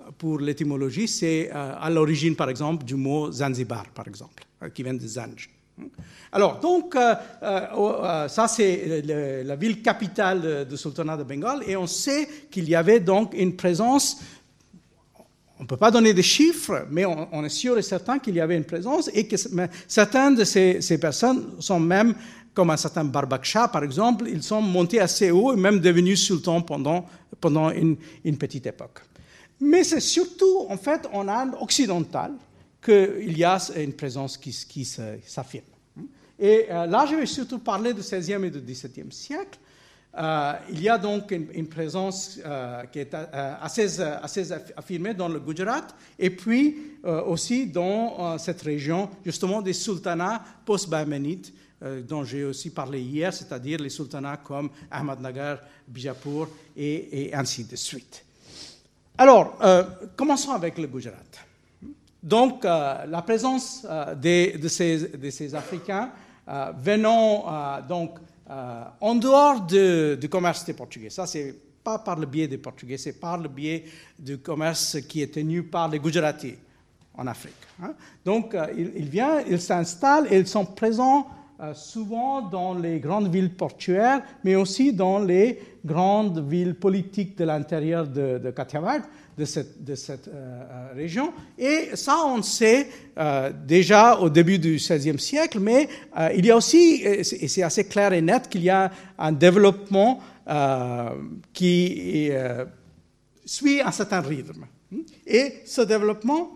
pour l'étymologie, c'est euh, à l'origine, par exemple, du mot Zanzibar, par exemple, euh, qui vient de Zanj. Alors, donc, euh, euh, ça, c'est le, la ville capitale du sultanat de Bengale, et on sait qu'il y avait donc une présence. On ne peut pas donner des chiffres, mais on, on est sûr et certain qu'il y avait une présence, et que certaines de ces, ces personnes sont même, comme un certain Barbak Shah, par exemple, ils sont montés assez haut et même devenus sultans pendant, pendant une, une petite époque. Mais c'est surtout, en fait, en Inde occidentale qu'il y a une présence qui, qui s'affirme. Et euh, là, je vais surtout parler du seizième et du dix-septième siècle. Euh, il y a donc une, une présence euh, qui est euh, assez, assez affirmée dans le Gujarat, et puis euh, aussi dans euh, cette région, justement, des sultanats post-bahmanides, euh, dont j'ai aussi parlé hier, c'est-à-dire les sultanats comme Ahmadnagar, Bijapur, et, et ainsi de suite. Alors, euh, commençons avec le Gujarat. Donc, euh, la présence euh, des, de, ces, de ces Africains euh, venant euh, donc euh, en dehors de, du commerce des Portugais. Ça, c'est pas par le biais des Portugais, c'est par le biais du commerce qui est tenu par les Gujaratis en Afrique. Hein. Donc, euh, ils, ils viennent, ils s'installent et ils sont présents euh, souvent dans les grandes villes portuaires, mais aussi dans les grandes villes politiques de l'intérieur de, de Kathiawar, de cette, de cette euh, région. Et ça, on le sait euh, déjà au début du seizième siècle, mais euh, il y a aussi, et c'est assez clair et net, qu'il y a un développement euh, qui euh, suit un certain rythme. Et ce développement,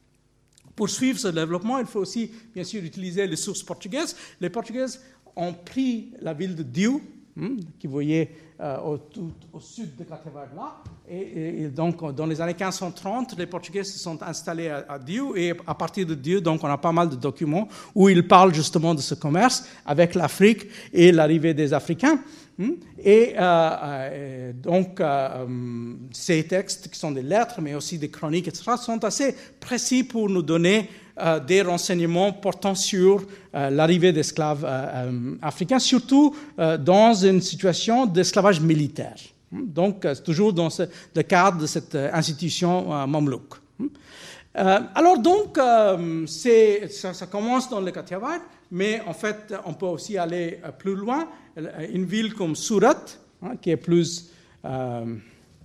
pour suivre ce développement, il faut aussi, bien sûr, utiliser les sources portugaises. Les Portugaises ont pris la ville de Diu, Hmm, qui vous voyez euh, au, tout, au sud de Kathiawar là. Et, et donc, dans les années quinze cent trente, les Portugais se sont installés à, à Diu, et à partir de Diu, donc, on a pas mal de documents où ils parlent justement de ce commerce avec l'Afrique et l'arrivée des Africains. Hmm, et euh, euh, donc, euh, ces textes, qui sont des lettres, mais aussi des chroniques, et cetera, sont assez précis pour nous donner Euh, des renseignements portant sur euh, l'arrivée d'esclaves euh, euh, africains, surtout euh, dans une situation d'esclavage militaire. Donc, euh, toujours dans ce, le cadre de cette euh, institution euh, mamelouk. Euh, alors donc, euh, c'est, ça, ça commence dans le Kathiawar, mais en fait, on peut aussi aller euh, plus loin. Une ville comme Surat, hein, qui est plus, euh,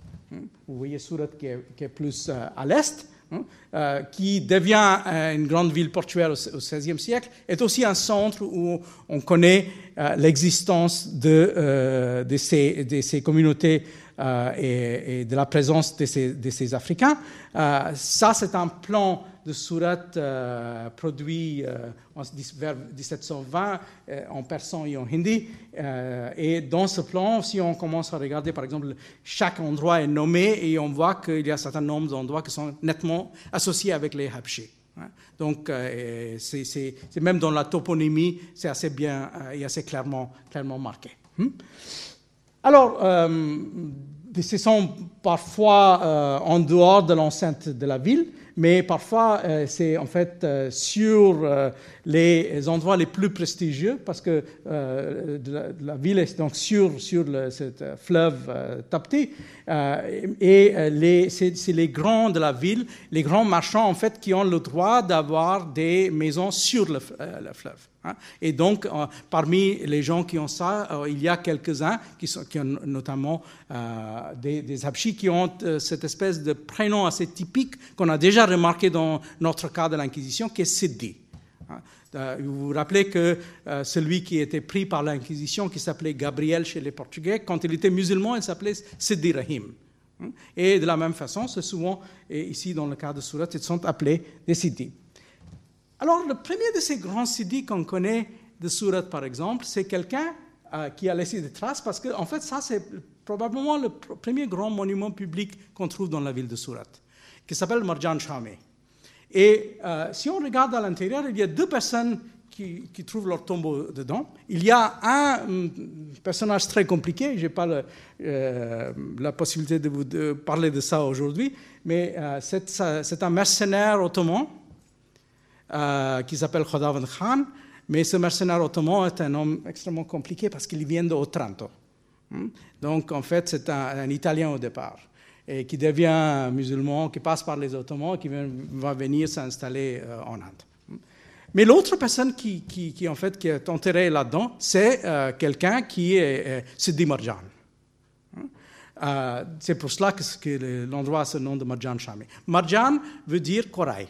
vous voyez Surat qui est, qui est plus euh, à l'est, Euh, qui devient euh, une grande ville portuaire au seizième siècle, est aussi un centre où on connaît euh, l'existence de, euh, de, ces, de ces communautés euh, et, et de la présence de ces, de ces Africains. Euh, ça, c'est un plan de Surat euh, produit euh, en, vers dix-sept cent vingt euh, en persan et en hindi. Euh, et dans ce plan, si on commence à regarder, par exemple, chaque endroit est nommé et on voit qu'il y a un certain nombre d'endroits qui sont nettement associés avec les Habchis. Hein. Donc, euh, c'est, c'est, c'est même dans la toponymie, c'est assez bien euh, et assez clairement, clairement marqué. Hmm? Alors, euh, ce sont parfois euh, en dehors de l'enceinte de la ville, mais parfois euh, c'est en fait euh, sur euh, les endroits les plus prestigieux, parce que euh, de la, de la ville est donc sur, sur le cette fleuve euh, Tapti, euh, et euh, les, c'est, c'est les grands de la ville, les grands marchands en fait qui ont le droit d'avoir des maisons sur le, euh, le fleuve. Hein. Et donc, euh, parmi les gens qui ont ça, euh, il y a quelques-uns qui, sont, qui ont notamment euh, des, des Habchis qui ont euh, cette espèce de prénom assez typique qu'on a déjà remarqué dans notre cas de l'Inquisition, qui est Sidi. Hein. Euh, vous vous rappelez que euh, celui qui était pris par l'Inquisition, qui s'appelait Gabriel chez les Portugais, quand il était musulman, il s'appelait Sidi Rahim. Hein. Et de la même façon, c'est souvent, et ici dans le cas de Surat, ils sont appelés des Sidi. Alors, le premier de ces grands sidis qu'on connaît de Surat, par exemple, c'est quelqu'un euh, qui a laissé des traces, parce qu'en en fait, ça, c'est probablement le pr- premier grand monument public qu'on trouve dans la ville de Surat, qui s'appelle Marjan Shami. Et euh, si on regarde à l'intérieur, il y a deux personnes qui, qui trouvent leur tombeau dedans. Il y a un um, personnage très compliqué, je n'ai pas le, euh, la possibilité de vous de parler de ça aujourd'hui, mais euh, c'est, c'est un mercenaire ottoman, Euh, qui s'appelle Khadavand Khan, mais ce mercenaire ottoman est un homme extrêmement compliqué parce qu'il vient de Otranto. Hmm? Donc, en fait, c'est un, un Italien au départ. et qui devient musulman, qui passe par les Ottomans, qui va venir s'installer euh, en Inde. Mais l'autre personne qui, qui, qui, en fait, qui est enterrée là-dedans, c'est euh, quelqu'un qui est euh, Sidi Marjan. Euh, c'est pour cela que, que l'endroit a ce nom de Marjan Shami. Marjan veut dire corail.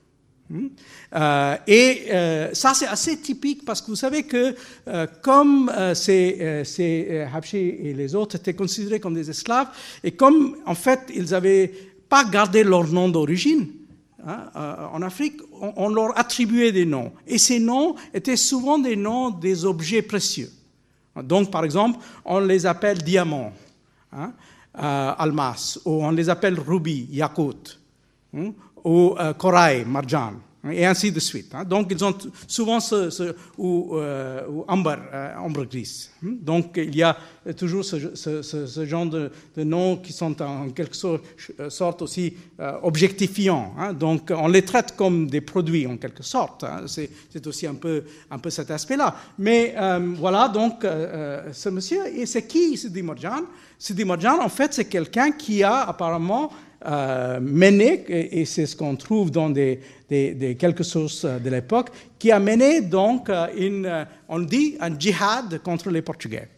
Euh, et euh, ça, c'est assez typique parce que vous savez que euh, comme euh, ces, euh, ces euh, Habchis et les autres étaient considérés comme des esclaves, et comme en fait ils n'avaient pas gardé leur nom d'origine, hein, euh, en Afrique, on, on leur attribuait des noms. Et ces noms étaient souvent des noms des objets précieux. Donc, par exemple, on les appelle diamants. Hein, euh, almas, ou on les appelle rubis, yakut, hein, ou euh, corail, marjan, hein, et ainsi de suite. Hein. Donc, ils ont t- souvent ce, ce ou, euh, ou amber, euh, ambre grise. Hein. Donc, il y a toujours ce, ce, ce, ce genre de, de noms qui sont en quelque sorte aussi euh, objectifiants. Hein. Donc, on les traite comme des produits en quelque sorte. Hein. C'est, c'est aussi un peu, un peu cet aspect-là. Mais euh, voilà, donc, euh, ce monsieur, et c'est qui Sidi Marjan? Sidi Marjan, en fait, c'est quelqu'un qui a apparemment euh, mené, et, et c'est ce qu'on trouve dans des, des, des quelques sources de l'époque, qui a mené donc une, on dit, un djihad contre les Portugais.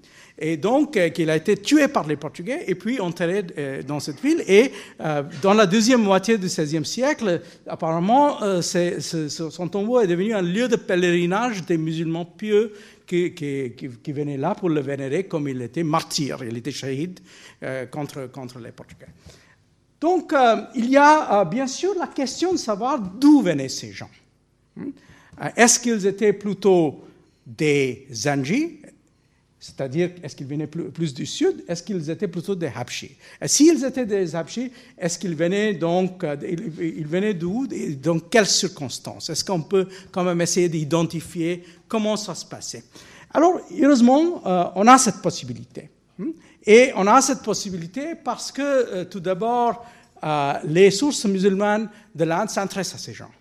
Et donc, euh, qu'il a été tué par les Portugais et puis enterré euh, dans cette ville. Et euh, dans la deuxième moitié du seizième siècle, apparemment, euh, c'est, c'est, son tombeau est devenu un lieu de pèlerinage des musulmans pieux qui, qui, qui, qui venaient là pour le vénérer comme il était martyr, il était shahid euh, contre, contre les Portugais. Donc, euh, il y a euh, bien sûr la question de savoir d'où venaient ces gens. Hum? Est-ce qu'ils étaient plutôt des Zanji? C'est-à-dire, est-ce qu'ils venaient plus, plus du sud? Est-ce qu'ils étaient plutôt des Habchis? Et s'ils étaient des Habchis, est-ce qu'ils venaient donc, ils, ils venaient d'où? Dans quelles circonstances? Est-ce qu'on peut quand même essayer d'identifier comment ça se passait? Alors, heureusement, euh, on a cette possibilité. Et on a cette possibilité parce que, euh, tout d'abord, euh, les sources musulmanes de l'Inde s'intéressent à ces gens.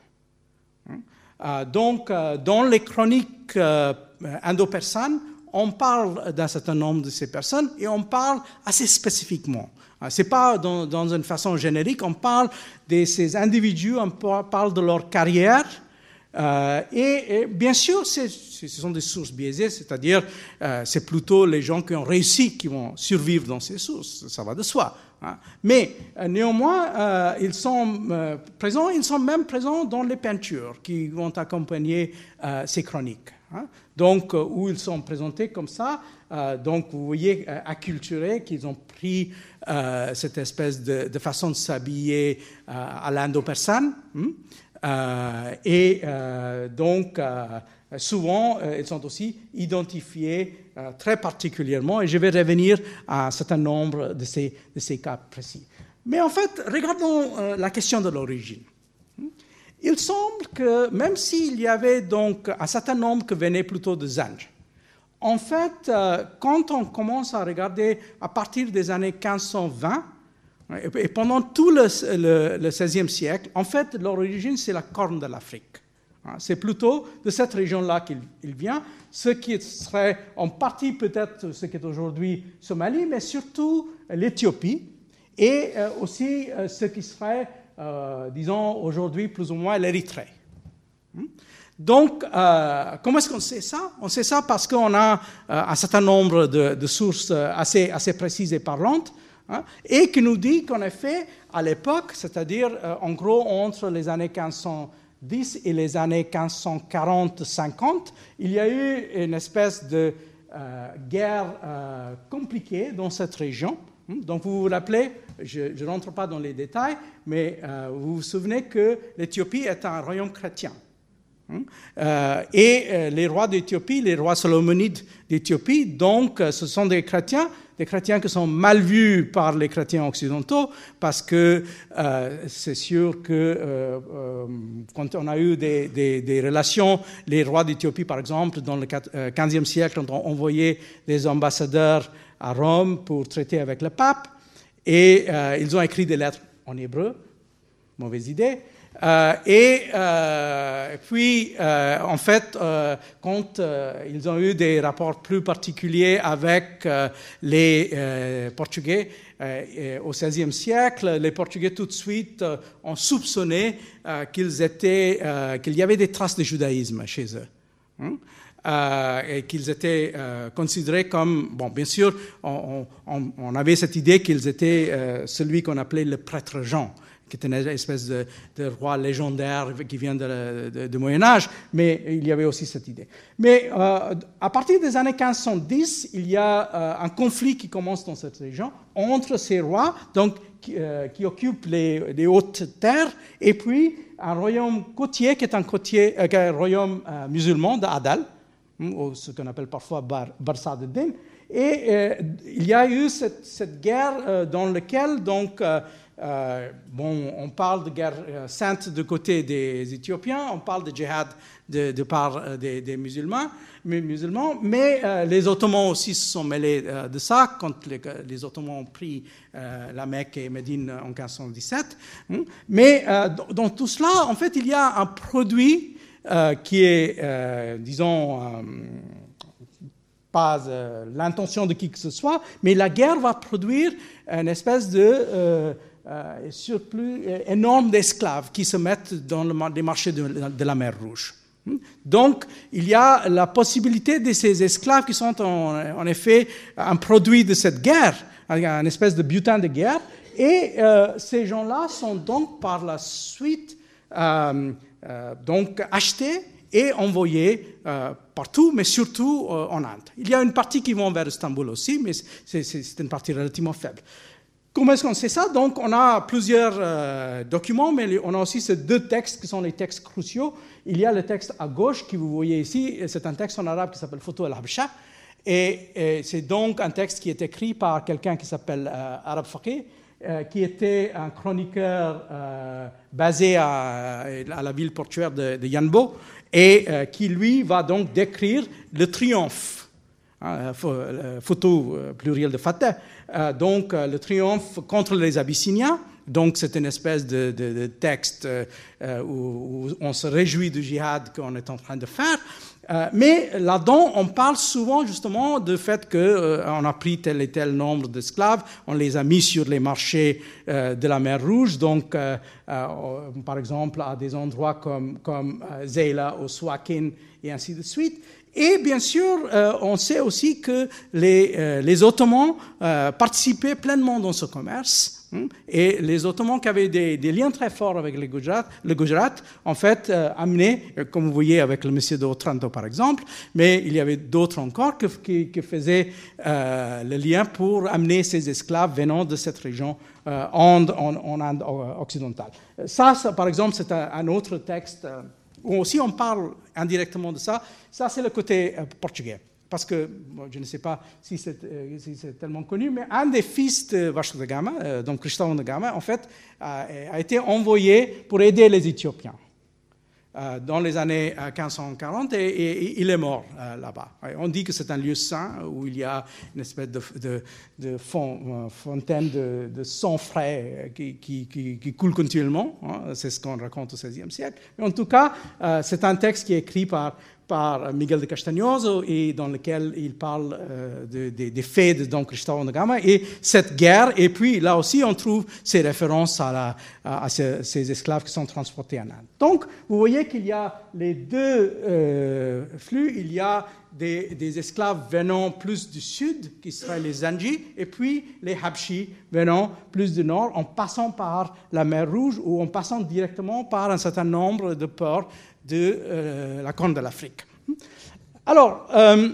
Euh, donc, euh, dans les chroniques euh, indo-persanes, on parle d'un certain nombre de ces personnes et on parle assez spécifiquement. Ce n'est pas dans, dans une façon générique, on parle de ces individus, on parle de leur carrière. Euh, et, et bien sûr, c'est, ce sont des sources biaisées, c'est-à-dire euh, c'est plutôt les gens qui ont réussi qui vont survivre dans ces sources, ça va de soi. Hein. Mais euh, néanmoins, euh, ils sont euh, présents, ils sont même présents dans les peintures qui vont accompagner euh, ces chroniques. Hein. Donc, euh, où ils sont présentés comme ça, euh, donc vous voyez euh, acculturés, qu'ils ont pris euh, cette espèce de, de façon de s'habiller euh, à l'indo-persane. Hein. Euh, et euh, donc, euh, souvent, euh, ils sont aussi identifiés euh, très particulièrement, et je vais revenir à un certain nombre de ces, de ces cas précis. Mais en fait, regardons euh, la question de l'origine. Il semble que, même s'il y avait donc un certain nombre qui venaient plutôt de Zanj, en fait, euh, quand on commence à regarder à partir des années quinze cent vingt, et pendant tout le, le, le seizième siècle, en fait, leur origine, c'est la Corne de l'Afrique. C'est plutôt de cette région-là qu'il il vient, ce qui serait en partie peut-être ce qui est aujourd'hui Somalie, mais surtout l'Éthiopie, et euh, aussi euh, ce qui serait, euh, disons, aujourd'hui plus ou moins l'Érythrée. Donc, euh, comment est-ce qu'on sait ça? On sait ça parce qu'on a euh, un certain nombre de, de sources assez, assez précises et parlantes, hein, et qui nous dit qu'en effet, à l'époque, c'est-à-dire euh, en gros entre les années quinze cent dix et les années quinze cent quarante cinquante, il y a eu une espèce de euh, guerre euh, compliquée dans cette région. Donc vous vous rappelez, je ne rentre pas dans les détails, mais euh, vous vous souvenez que l'Éthiopie est un royaume chrétien. Euh, et euh, les rois d'Éthiopie, les rois solomonides d'Éthiopie, donc euh, ce sont des chrétiens, des chrétiens qui sont mal vus par les chrétiens occidentaux, parce que euh, c'est sûr que euh, euh, quand on a eu des, des, des relations, les rois d'Éthiopie, par exemple, dans le quinzième siècle, ont envoyé des ambassadeurs à Rome pour traiter avec le pape, et euh, ils ont écrit des lettres en hébreu, mauvaise idée. Euh, et, euh, et puis, euh, en fait, euh, quand euh, ils ont eu des rapports plus particuliers avec euh, les euh, Portugais euh, au seizième siècle, les Portugais tout de suite euh, ont soupçonné euh, qu'ils étaient, euh, qu'il y avait des traces de judaïsme chez eux. Hein? Euh, et qu'ils étaient euh, considérés comme, bon, bien sûr, on, on, on avait cette idée qu'ils étaient euh, celui qu'on appelait le prêtre Jean, qui était une espèce de, de roi légendaire qui vient du Moyen-Âge, mais il y avait aussi cette idée. Mais euh, à partir des années quinze cent dix, il y a euh, un conflit qui commence dans cette région entre ces rois, donc, qui, euh, qui occupent les, les hautes terres, et puis un royaume côtier qui est un, côtier, euh, un royaume euh, musulman d'Adal, ou ce qu'on appelle parfois Bar, Barsa de Din. Et euh, il y a eu cette, cette guerre euh, dans laquelle, donc, euh, euh, bon, on parle de guerre euh, sainte du côté des Éthiopiens, on parle de djihad de, de part euh, des, des musulmans, mais, musulmans, mais euh, les Ottomans aussi se sont mêlés euh, de ça quand les, les Ottomans ont pris euh, la Mecque et Médine en quinze cent dix-sept. Mais euh, dans, dans tout cela, en fait, il y a un produit euh, qui est, euh, disons, euh, pas euh, l'intention de qui que ce soit, mais la guerre va produire une espèce de euh, euh, surplus énorme d'esclaves qui se mettent dans le, les marchés de, de la mer Rouge. Donc, il y a la possibilité de ces esclaves qui sont en, en effet un produit de cette guerre, une espèce de butin de guerre, et euh, ces gens-là sont donc par la suite euh, euh, donc achetés et envoyés euh, partout, mais surtout euh, en Inde. Il y a une partie qui va vers Istanbul aussi, mais c'est, c'est, c'est une partie relativement faible. Comment est-ce qu'on sait ça? Donc, on a plusieurs euh, documents, mais on a aussi ces deux textes qui sont les textes cruciaux. Il y a le texte à gauche que vous voyez ici, c'est un texte en arabe qui s'appelle Futuh al-Habsha, et, et c'est donc un texte qui est écrit par quelqu'un qui s'appelle euh, Arab Faqih, euh, qui était un chroniqueur euh, basé à, à la ville portuaire de, de Yanbo, et euh, qui, lui, va donc décrire le triomphe. Hein, photo pluriel de Fatah, euh, donc euh, le triomphe contre les Abyssiniens, donc c'est une espèce de, de, de texte euh, où, où on se réjouit du djihad qu'on est en train de faire, euh, mais là-dedans on parle souvent justement du fait qu'on euh, a pris tel et tel nombre d'esclaves, on les a mis sur les marchés euh, de la mer Rouge, donc euh, euh, par exemple à des endroits comme, comme euh, Zeyla ou Suakin et ainsi de suite. Et bien sûr, euh, on sait aussi que les, euh, les Ottomans euh, participaient pleinement dans ce commerce. Hein, et les Ottomans qui avaient des, des liens très forts avec le Gujarat, le Gujarat en fait, euh, amenaient, comme vous voyez avec le monsieur de Otranto par exemple, mais il y avait d'autres encore que, qui, qui faisaient euh, le lien pour amener ces esclaves venant de cette région euh, en, en, en Inde occidentale. Ça, ça, par exemple, c'est un, un autre texte euh, où aussi on parle indirectement de ça. Ça, c'est le côté euh, portugais. Parce que, bon, je ne sais pas si c'est, euh, si c'est tellement connu, mais un des fils de Vasco da Gama, euh, donc Cristóvão da Gama, en fait, a, a été envoyé pour aider les Éthiopiens euh, dans les années euh, quinze cent quarante, et, et, et il est mort euh, là-bas. On dit que c'est un lieu saint où il y a une espèce de, de, de fond, euh, fontaine de, de sang frais qui, qui, qui, qui coule continuellement. Hein, c'est ce qu'on raconte au seizième siècle. Mais en tout cas, euh, c'est un texte qui est écrit par par Miguel de Castañoso et dans lequel il parle euh, de, de, des faits de Don Cristóvão da Gama et cette guerre. Et puis là aussi, on trouve ces références à, la, à ces, ces esclaves qui sont transportés en Inde. Donc, vous voyez qu'il y a les deux euh, flux. Il y a des, des esclaves venant plus du sud, qui seraient les Zanji, et puis les Habshi venant plus du nord, en passant par la mer Rouge ou en passant directement par un certain nombre de ports de euh, la Corne de l'Afrique. Alors, euh,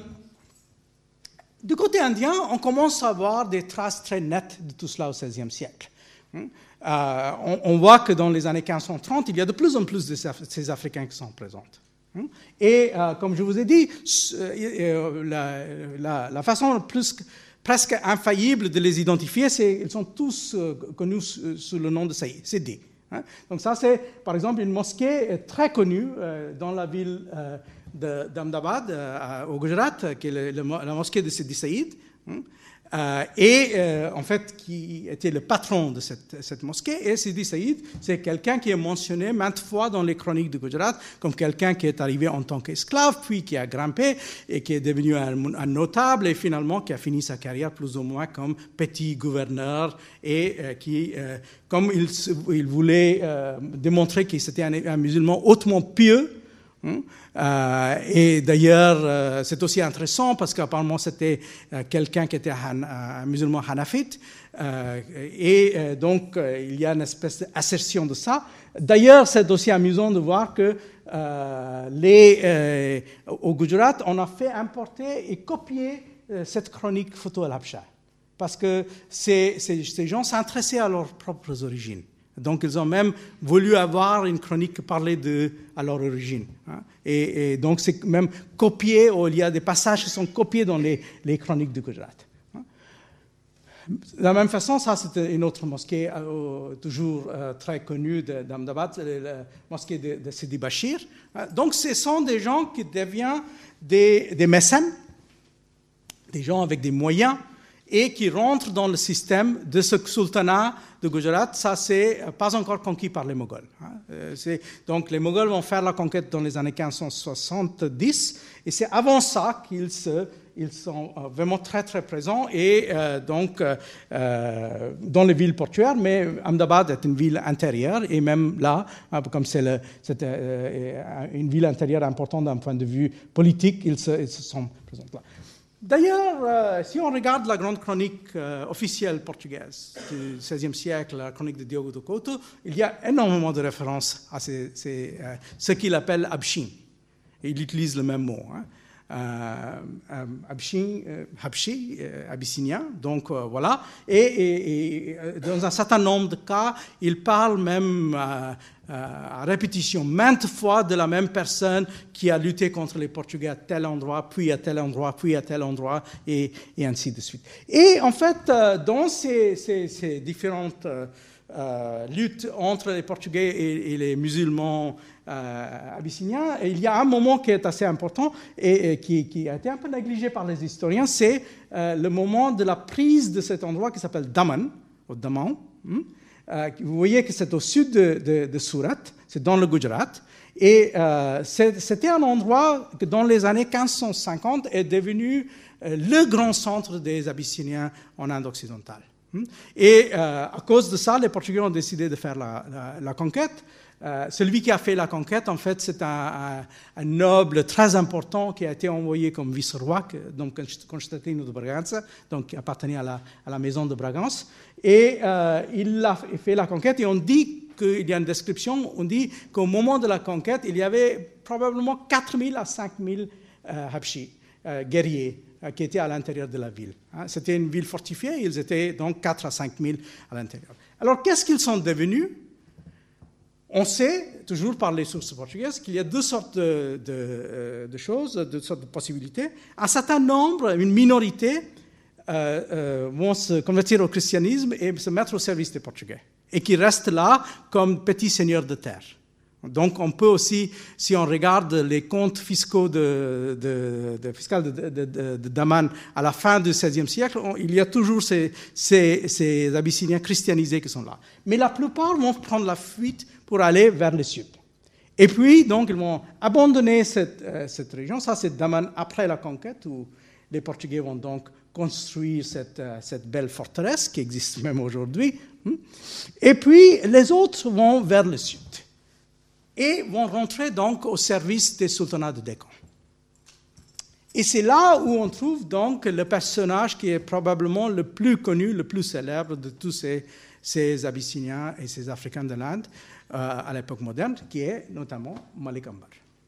du côté indien, on commence à avoir des traces très nettes de tout cela au seizième siècle. Euh, on, on voit que dans les années quinze cent trente, il y a de plus en plus de ces Africains qui sont présents. Et euh, comme je vous ai dit, euh, la, la, la façon plus, presque infaillible de les identifier, c'est qu'ils sont tous euh, connus sous le nom de Sidi. Hein? Donc ça, c'est par exemple une mosquée très connue euh, dans la ville euh, de, d'Ahmedabad, euh, au Gujarat, qui est le, le, la mosquée de Sidi Saïd. Hein? Euh, et euh, en fait, qui était le patron de cette, cette mosquée. Et Sidi Saïd, c'est quelqu'un qui est mentionné maintes fois dans les chroniques du Gujarat comme quelqu'un qui est arrivé en tant qu'esclave, puis qui a grimpé et qui est devenu un, un notable et finalement qui a fini sa carrière plus ou moins comme petit gouverneur et euh, qui, euh, comme il, il voulait euh, démontrer qu'il était un, un musulman hautement pieux. Hein? Euh, et d'ailleurs, euh, c'est aussi intéressant parce qu'apparemment c'était euh, quelqu'un qui était un, un musulman hanafite, euh, et euh, donc euh, il y a une espèce d'assertion de ça. D'ailleurs, c'est aussi amusant de voir que euh, les, euh, au Gujarat, on a fait importer et copier euh, cette chronique Futuh al-Habsha parce que ces, ces, ces gens s'intéressaient à leurs propres origines. Donc, ils ont même voulu avoir une chronique qui parlait de, à leur origine. Hein. Et, et donc, c'est même copié, il y a des passages qui sont copiés dans les, les chroniques du Gujarat. Hein. De la même façon, ça, c'était une autre mosquée, euh, toujours euh, très connue d'Ahmedabad, la mosquée de, de Sidi Bachir. Hein. Donc, ce sont des gens qui deviennent des, des mécènes, des gens avec des moyens, et qui rentrent dans le système de ce sultanat de Gujarat. Ça, c'est pas encore conquis par les Moghols. C'est, donc, les Moghols vont faire la conquête dans les années quinze cent soixante-dix, et c'est avant ça qu'ils se, ils sont vraiment très, très présents, et euh, donc, euh, dans les villes portuaires, mais Ahmedabad est une ville intérieure, et même là, comme c'est, le, c'est euh, une ville intérieure importante d'un point de vue politique, ils se, ils se sont présents là. D'ailleurs, euh, si on regarde la grande chronique euh, officielle portugaise du seizième siècle, la chronique de Diogo do Couto, il y a énormément de références à ces, ces, euh, ce qu'il appelle Habshin. Et il utilise le même mot. Hein. Euh, euh, Habshin, euh, Habshi, euh, abyssinien, donc euh, voilà. Et, et, et dans un certain nombre de cas, il parle même euh, à répétition, maintes fois, de la même personne qui a lutté contre les Portugais à tel endroit, puis à tel endroit, puis à tel endroit, et, et ainsi de suite. Et en fait, dans ces, ces, ces différentes euh, luttes entre les Portugais et, et les musulmans euh, abyssiniens, il y a un moment qui est assez important et, et qui, qui a été un peu négligé par les historiens, c'est euh, le moment de la prise de cet endroit qui s'appelle Daman, ou Daman. Hein. Euh, vous voyez que c'est au sud de, de, de Surat, c'est dans le Gujarat, et euh, c'est, c'était un endroit que dans les années quinze cent cinquante est devenu euh, le grand centre des Abyssiniens en Inde occidentale. Et euh, à cause de ça, les Portugais ont décidé de faire la, la, la conquête. Euh, celui qui a fait la conquête, en fait, c'est un, un, un noble très important qui a été envoyé comme vice-roi, donc Constantino de Bragança, donc qui appartenait à la, à la maison de Bragance. Et euh, il a fait la conquête, et on dit qu'il y a une description, on dit qu'au moment de la conquête, il y avait probablement quatre mille à cinq mille euh, Habshi, euh, guerriers, euh, qui étaient à l'intérieur de la ville. Hein. C'était une ville fortifiée, ils étaient donc quatre à cinq mille à l'intérieur. Alors, qu'est-ce qu'ils sont devenus ? On sait, toujours par les sources portugaises, qu'il y a deux sortes de, de, de choses, deux sortes de possibilités. Un certain nombre, une minorité, euh, euh, vont se convertir au christianisme et se mettre au service des Portugais, et qui restent là comme petits seigneurs de terre. Donc, on peut aussi, si on regarde les comptes fiscaux de, de, de, fiscal de, de, de, de Daman à la fin du seizième siècle, on, il y a toujours ces, ces, ces Abyssiniens christianisés qui sont là. Mais la plupart vont prendre la fuite pour aller vers le sud. Et puis, donc, ils vont abandonner cette, euh, cette région. Ça, c'est Daman après la conquête, où les Portugais vont donc construire cette, euh, cette belle forteresse qui existe même aujourd'hui. Et puis, les autres vont vers le sud et vont rentrer donc au service des sultanats de Deccan. Et c'est là où on trouve donc le personnage qui est probablement le plus connu, le plus célèbre de tous ces, ces Abyssiniens et ces Africains de l'Inde euh, à l'époque moderne, qui est notamment Malik Ambar.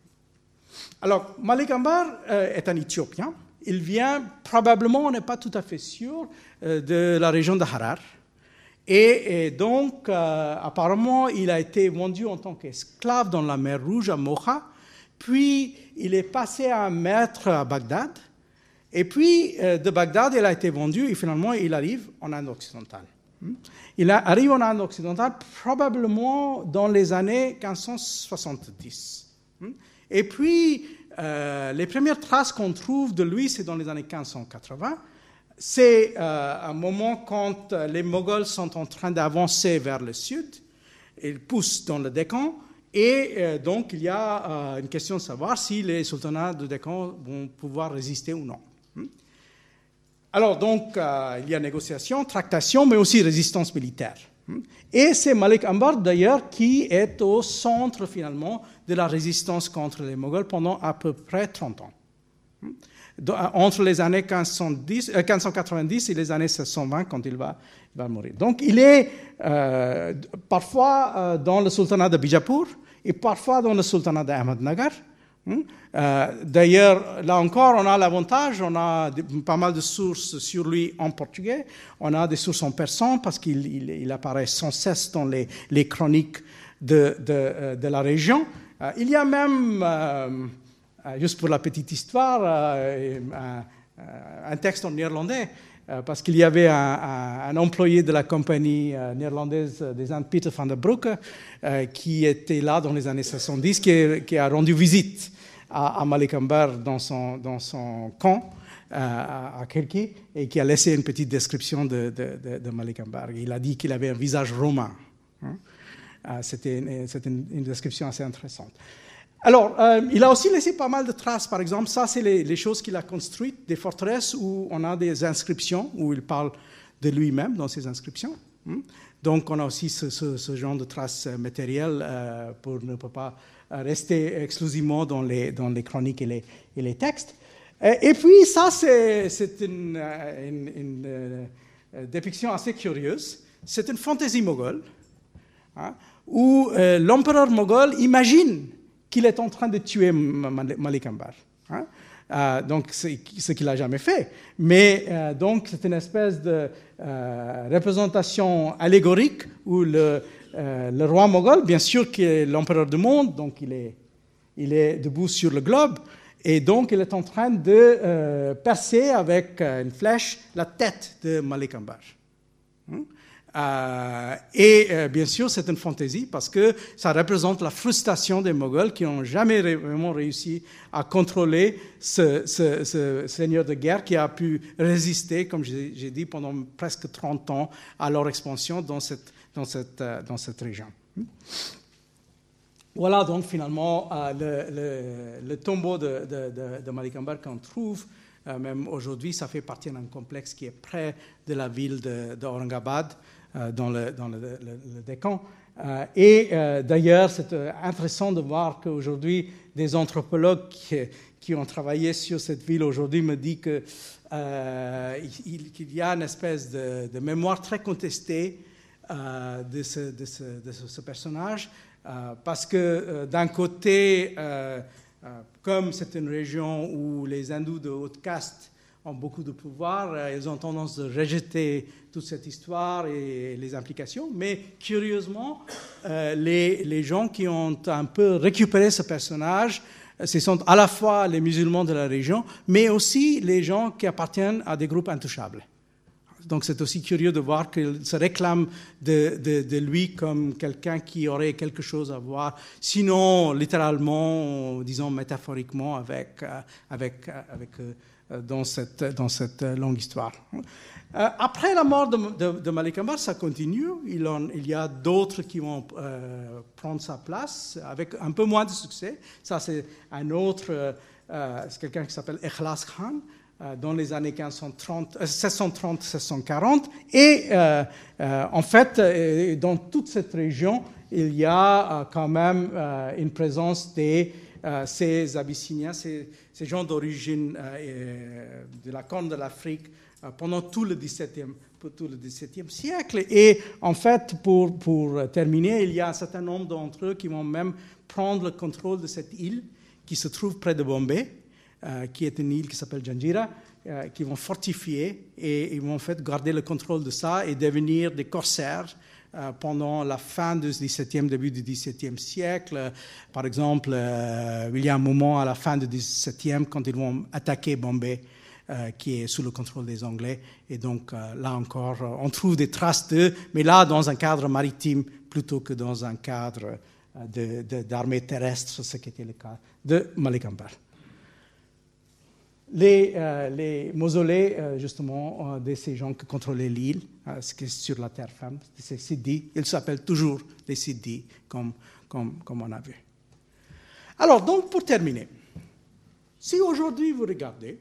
Alors, Malik Ambar euh, est un Éthiopien. Il vient probablement, on n'est pas tout à fait sûr, euh, de la région de Harar. Et, et donc, euh, apparemment, il a été vendu en tant qu'esclave dans la mer Rouge à Mocha. Puis, il est passé à un maître à Bagdad. Et puis, euh, de Bagdad, il a été vendu et finalement, il arrive en Inde occidentale. Il arrive en Inde occidentale probablement dans les années quinze cent soixante-dix. Et puis, euh, les premières traces qu'on trouve de lui, c'est dans les années quinze cent quatre-vingts. c'est euh, un moment quand les Moghols sont en train d'avancer vers le sud, ils poussent dans le Décan, et euh, donc il y a euh, une question de savoir si les sultanats du Décan vont pouvoir résister ou non. Alors donc euh, il y a négociation, tractation, mais aussi résistance militaire. Et c'est Malik Ambar d'ailleurs qui est au centre finalement de la résistance contre les Moghols pendant à peu près trente ans. Entre les années quinze cent dix, euh, quinze cent quatre-vingt-dix et les années seize cent vingt quand il va, il va mourir. Donc il est euh, parfois euh, dans le sultanat de Bijapur et parfois dans le sultanat d'Ahmednagar. Euh, d'ailleurs, là encore, on a l'avantage, on a de, pas mal de sources sur lui en portugais, on a des sources en persan parce qu'il il, il apparaît sans cesse dans les, les chroniques de, de, de la région. Euh, il y a même, euh, juste pour la petite histoire, euh, un, un texte en néerlandais, euh, parce qu'il y avait un, un, un employé de la compagnie euh, néerlandaise des Indes, Peter van der Broeke, euh, qui était là dans les années soixante-dix, qui, est, qui a rendu visite à, à Malik Ambar dans son, dans son camp euh, à, à Kirki, et qui a laissé une petite description de, de, de, de Malik Ambar. Il a dit qu'il avait un visage romain. Hein. Euh, c'était une, c'était une, une description assez intéressante. Alors, euh, il a aussi laissé pas mal de traces. Par exemple, ça, c'est les, les choses qu'il a construites, des forteresses où on a des inscriptions, où il parle de lui-même dans ces inscriptions. Donc, on a aussi ce, ce, ce genre de traces matérielles euh, pour ne pas rester exclusivement dans les, dans les chroniques et les, et les textes. Et, et puis, ça, c'est, c'est une, une, une, une dépiction assez curieuse. C'est une fantaisie moghole, hein, où euh, l'empereur moghol imagine qu'il est en train de tuer Malik Ambar. Hein? Euh, donc, c'est ce qu'il n'a jamais fait. Mais euh, donc, c'est une espèce de euh, représentation allégorique où le, euh, le roi moghol, bien sûr, qui est l'empereur du monde, donc il est, il est debout sur le globe, et donc il est en train de euh, percer avec une flèche la tête de Malik Ambar. Hein? Euh, et euh, bien sûr, c'est une fantaisie parce que ça représente la frustration des Moghols qui n'ont jamais vraiment réussi à contrôler ce, ce, ce seigneur de guerre qui a pu résister, comme j'ai, j'ai dit, pendant presque trente ans à leur expansion dans cette, dans cette, euh, dans cette région. Voilà donc finalement euh, le, le, le tombeau de, de, de, de Malik Ambar qu'on trouve. Euh, même aujourd'hui, ça fait partie d'un complexe qui est près de la ville de, de Aurangabad, euh, dans le, dans le, le, le Décan. Euh, et euh, d'ailleurs, c'est euh, intéressant de voir qu'aujourd'hui, des anthropologues qui, qui ont travaillé sur cette ville aujourd'hui me disent que, euh, il, qu'il y a une espèce de, de mémoire très contestée euh, de, ce, de, ce, de ce, ce personnage, euh, parce que euh, d'un côté, euh, Euh, comme c'est une région où les hindous de haute caste ont beaucoup de pouvoir, euh, ils ont tendance à rejeter toute cette histoire et les implications. Mais curieusement, euh, les, les gens qui ont un peu récupéré ce personnage, ce sont à la fois les musulmans de la région, mais aussi les gens qui appartiennent à des groupes intouchables. Donc c'est aussi curieux de voir qu'il se réclame de, de, de lui comme quelqu'un qui aurait quelque chose à voir, sinon littéralement, disons métaphoriquement, avec, avec, avec, dans, cette, dans cette longue histoire. Après la mort de, de, de Malik Ambar, ça continue. Il, en, il y a d'autres qui vont euh, prendre sa place, avec un peu moins de succès. Ça, c'est un autre, euh, c'est quelqu'un qui s'appelle Ikhlas Khan, dans les années quinze cent trente, seize cent trente seize cent quarante. Et euh, euh, en fait, euh, dans toute cette région, il y a euh, quand même euh, une présence de euh, ces Abyssiniens, ces, ces gens d'origine euh, de la Corne de l'Afrique euh, pendant tout le dix-septième, tout le dix-septième siècle. Et en fait, pour, pour terminer, il y a un certain nombre d'entre eux qui vont même prendre le contrôle de cette île qui se trouve près de Bombay, Euh, qui est une île qui s'appelle Janjira, euh, qui vont fortifier et ils vont en fait garder le contrôle de ça et devenir des corsaires euh, pendant la fin du dix-septième, début du dix-septième siècle. Par exemple, euh, il y a un moment à la fin du dix-septième quand ils vont attaquer Bombay, euh, qui est sous le contrôle des Anglais. Et donc euh, là encore, on trouve des traces d'eux, mais là dans un cadre maritime plutôt que dans un cadre de, de, d'armée terrestre, ce qui était le cas de Malik Ambar. les, euh, les mausolées, euh, justement, euh, de ces gens qui contrôlaient l'île, euh, ce qui est sur la terre ferme, ces Sidi. Ils s'appellent toujours les Sidi, comme, comme, comme on a vu. Alors, donc, pour terminer, si aujourd'hui vous regardez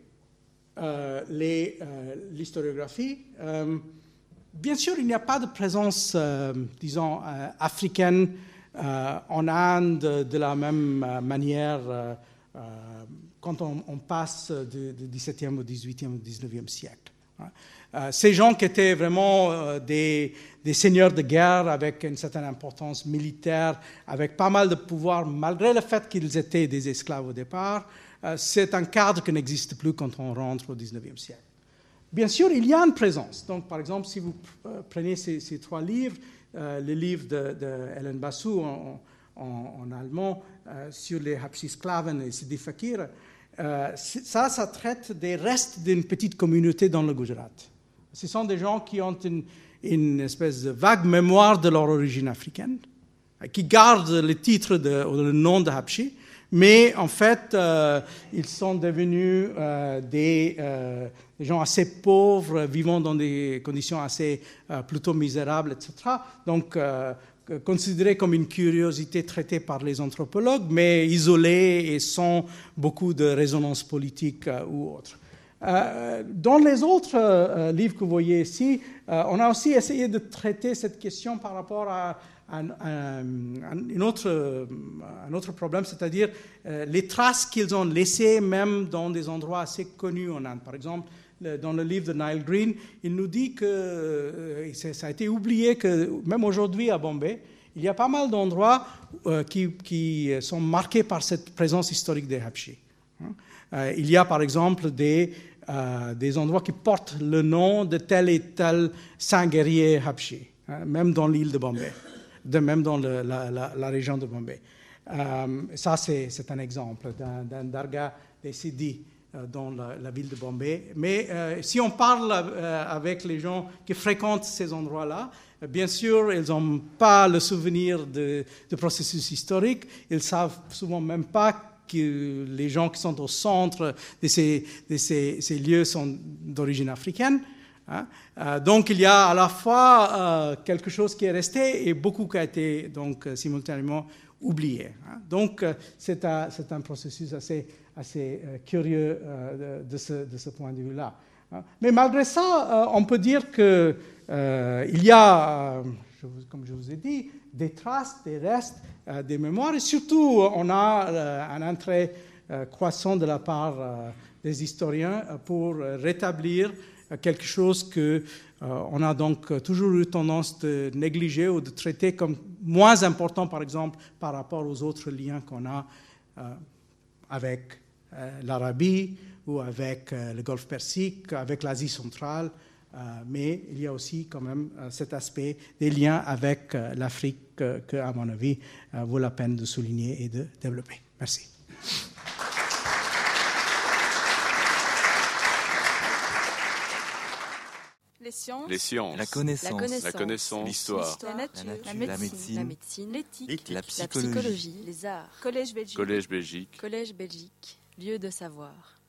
euh, les, euh, l'historiographie, euh, bien sûr, il n'y a pas de présence, euh, disons, euh, africaine euh, en Inde de la même euh, manière euh, euh, quand on, on passe du, du dix-septième au dix-huitième au dix-neuvième siècle. Euh, ces gens qui étaient vraiment euh, des, des seigneurs de guerre avec une certaine importance militaire, avec pas mal de pouvoir, malgré le fait qu'ils étaient des esclaves au départ, euh, c'est un cadre qui n'existe plus quand on rentre au dix-neuvième siècle. Bien sûr, il y a une présence. Donc, par exemple, si vous prenez ces, ces trois livres, euh, le livre de, de Hélène Bassou en, en, en allemand euh, sur les Habschi-Sklaven et Sidi Fakir, euh, ça, ça traite des restes d'une petite communauté dans le Gujarat. Ce sont des gens qui ont une, une espèce de vague mémoire de leur origine africaine, qui gardent le titre de, ou le nom de Habshi, mais en fait, euh, ils sont devenus euh, des, euh, des gens assez pauvres, vivant dans des conditions assez euh, plutôt misérables, et cetera. Donc, euh, considérés comme une curiosité traitée par les anthropologues, mais isolés et sans beaucoup de résonance politique euh, ou autre. Euh, dans les autres euh, livres que vous voyez ici, euh, on a aussi essayé de traiter cette question par rapport à Un, un, un, autre, un autre problème, c'est-à-dire euh, les traces qu'ils ont laissées même dans des endroits assez connus en Inde. Par exemple, le, dans le livre de Niall Green, il nous dit que euh, ça a été oublié que même aujourd'hui à Bombay, il y a pas mal d'endroits euh, qui, qui sont marqués par cette présence historique des Habshi. Hein. Euh, il y a par exemple des, euh, des endroits qui portent le nom de tel et tel saint guerrier Habshi, hein, même dans l'île de Bombay. De même dans le, la, la, la région de Bombay. Euh, ça, c'est, c'est un exemple d'un, d'un dargah des Sidi euh, dans la, la ville de Bombay. Mais euh, si on parle euh, avec les gens qui fréquentent ces endroits-là, euh, bien sûr, ils n'ont pas le souvenir de, de processus historiques. Ils ne savent souvent même pas que les gens qui sont au centre de ces, de ces, ces lieux sont d'origine africaine. Hein? Euh, donc il y a à la fois euh, quelque chose qui est resté et beaucoup qui a été donc euh, simultanément oublié. Hein? Donc euh, c'est, un, c'est un processus assez, assez euh, curieux euh, de, de, ce, de ce point de vue-là. Hein? Mais malgré ça, euh, on peut dire qu'il euh, y a, euh, je vous, comme je vous ai dit, des traces, des restes, euh, des mémoires, et surtout on a euh, un intérêt euh, croissant de la part euh, des historiens pour rétablir quelque chose qu'on euh, a donc toujours eu tendance de négliger ou de traiter comme moins important, par exemple, par rapport aux autres liens qu'on a euh, avec euh, l'Arabie ou avec euh, le Golfe Persique, avec l'Asie centrale. Euh, mais il y a aussi quand même euh, cet aspect des liens avec euh, l'Afrique euh, que, à mon avis, euh, vaut la peine de souligner et de développer. Merci. Les sciences, les sciences, la connaissance, la connaissance, la connaissance, l'histoire, la nature, la, nature, la, médecine, la médecine, la médecine, l'éthique, l'éthique, la la psychologie. psychologie, les arts, Collège Belgique, Collège Belgique, Collège Belgique, lieu de savoir.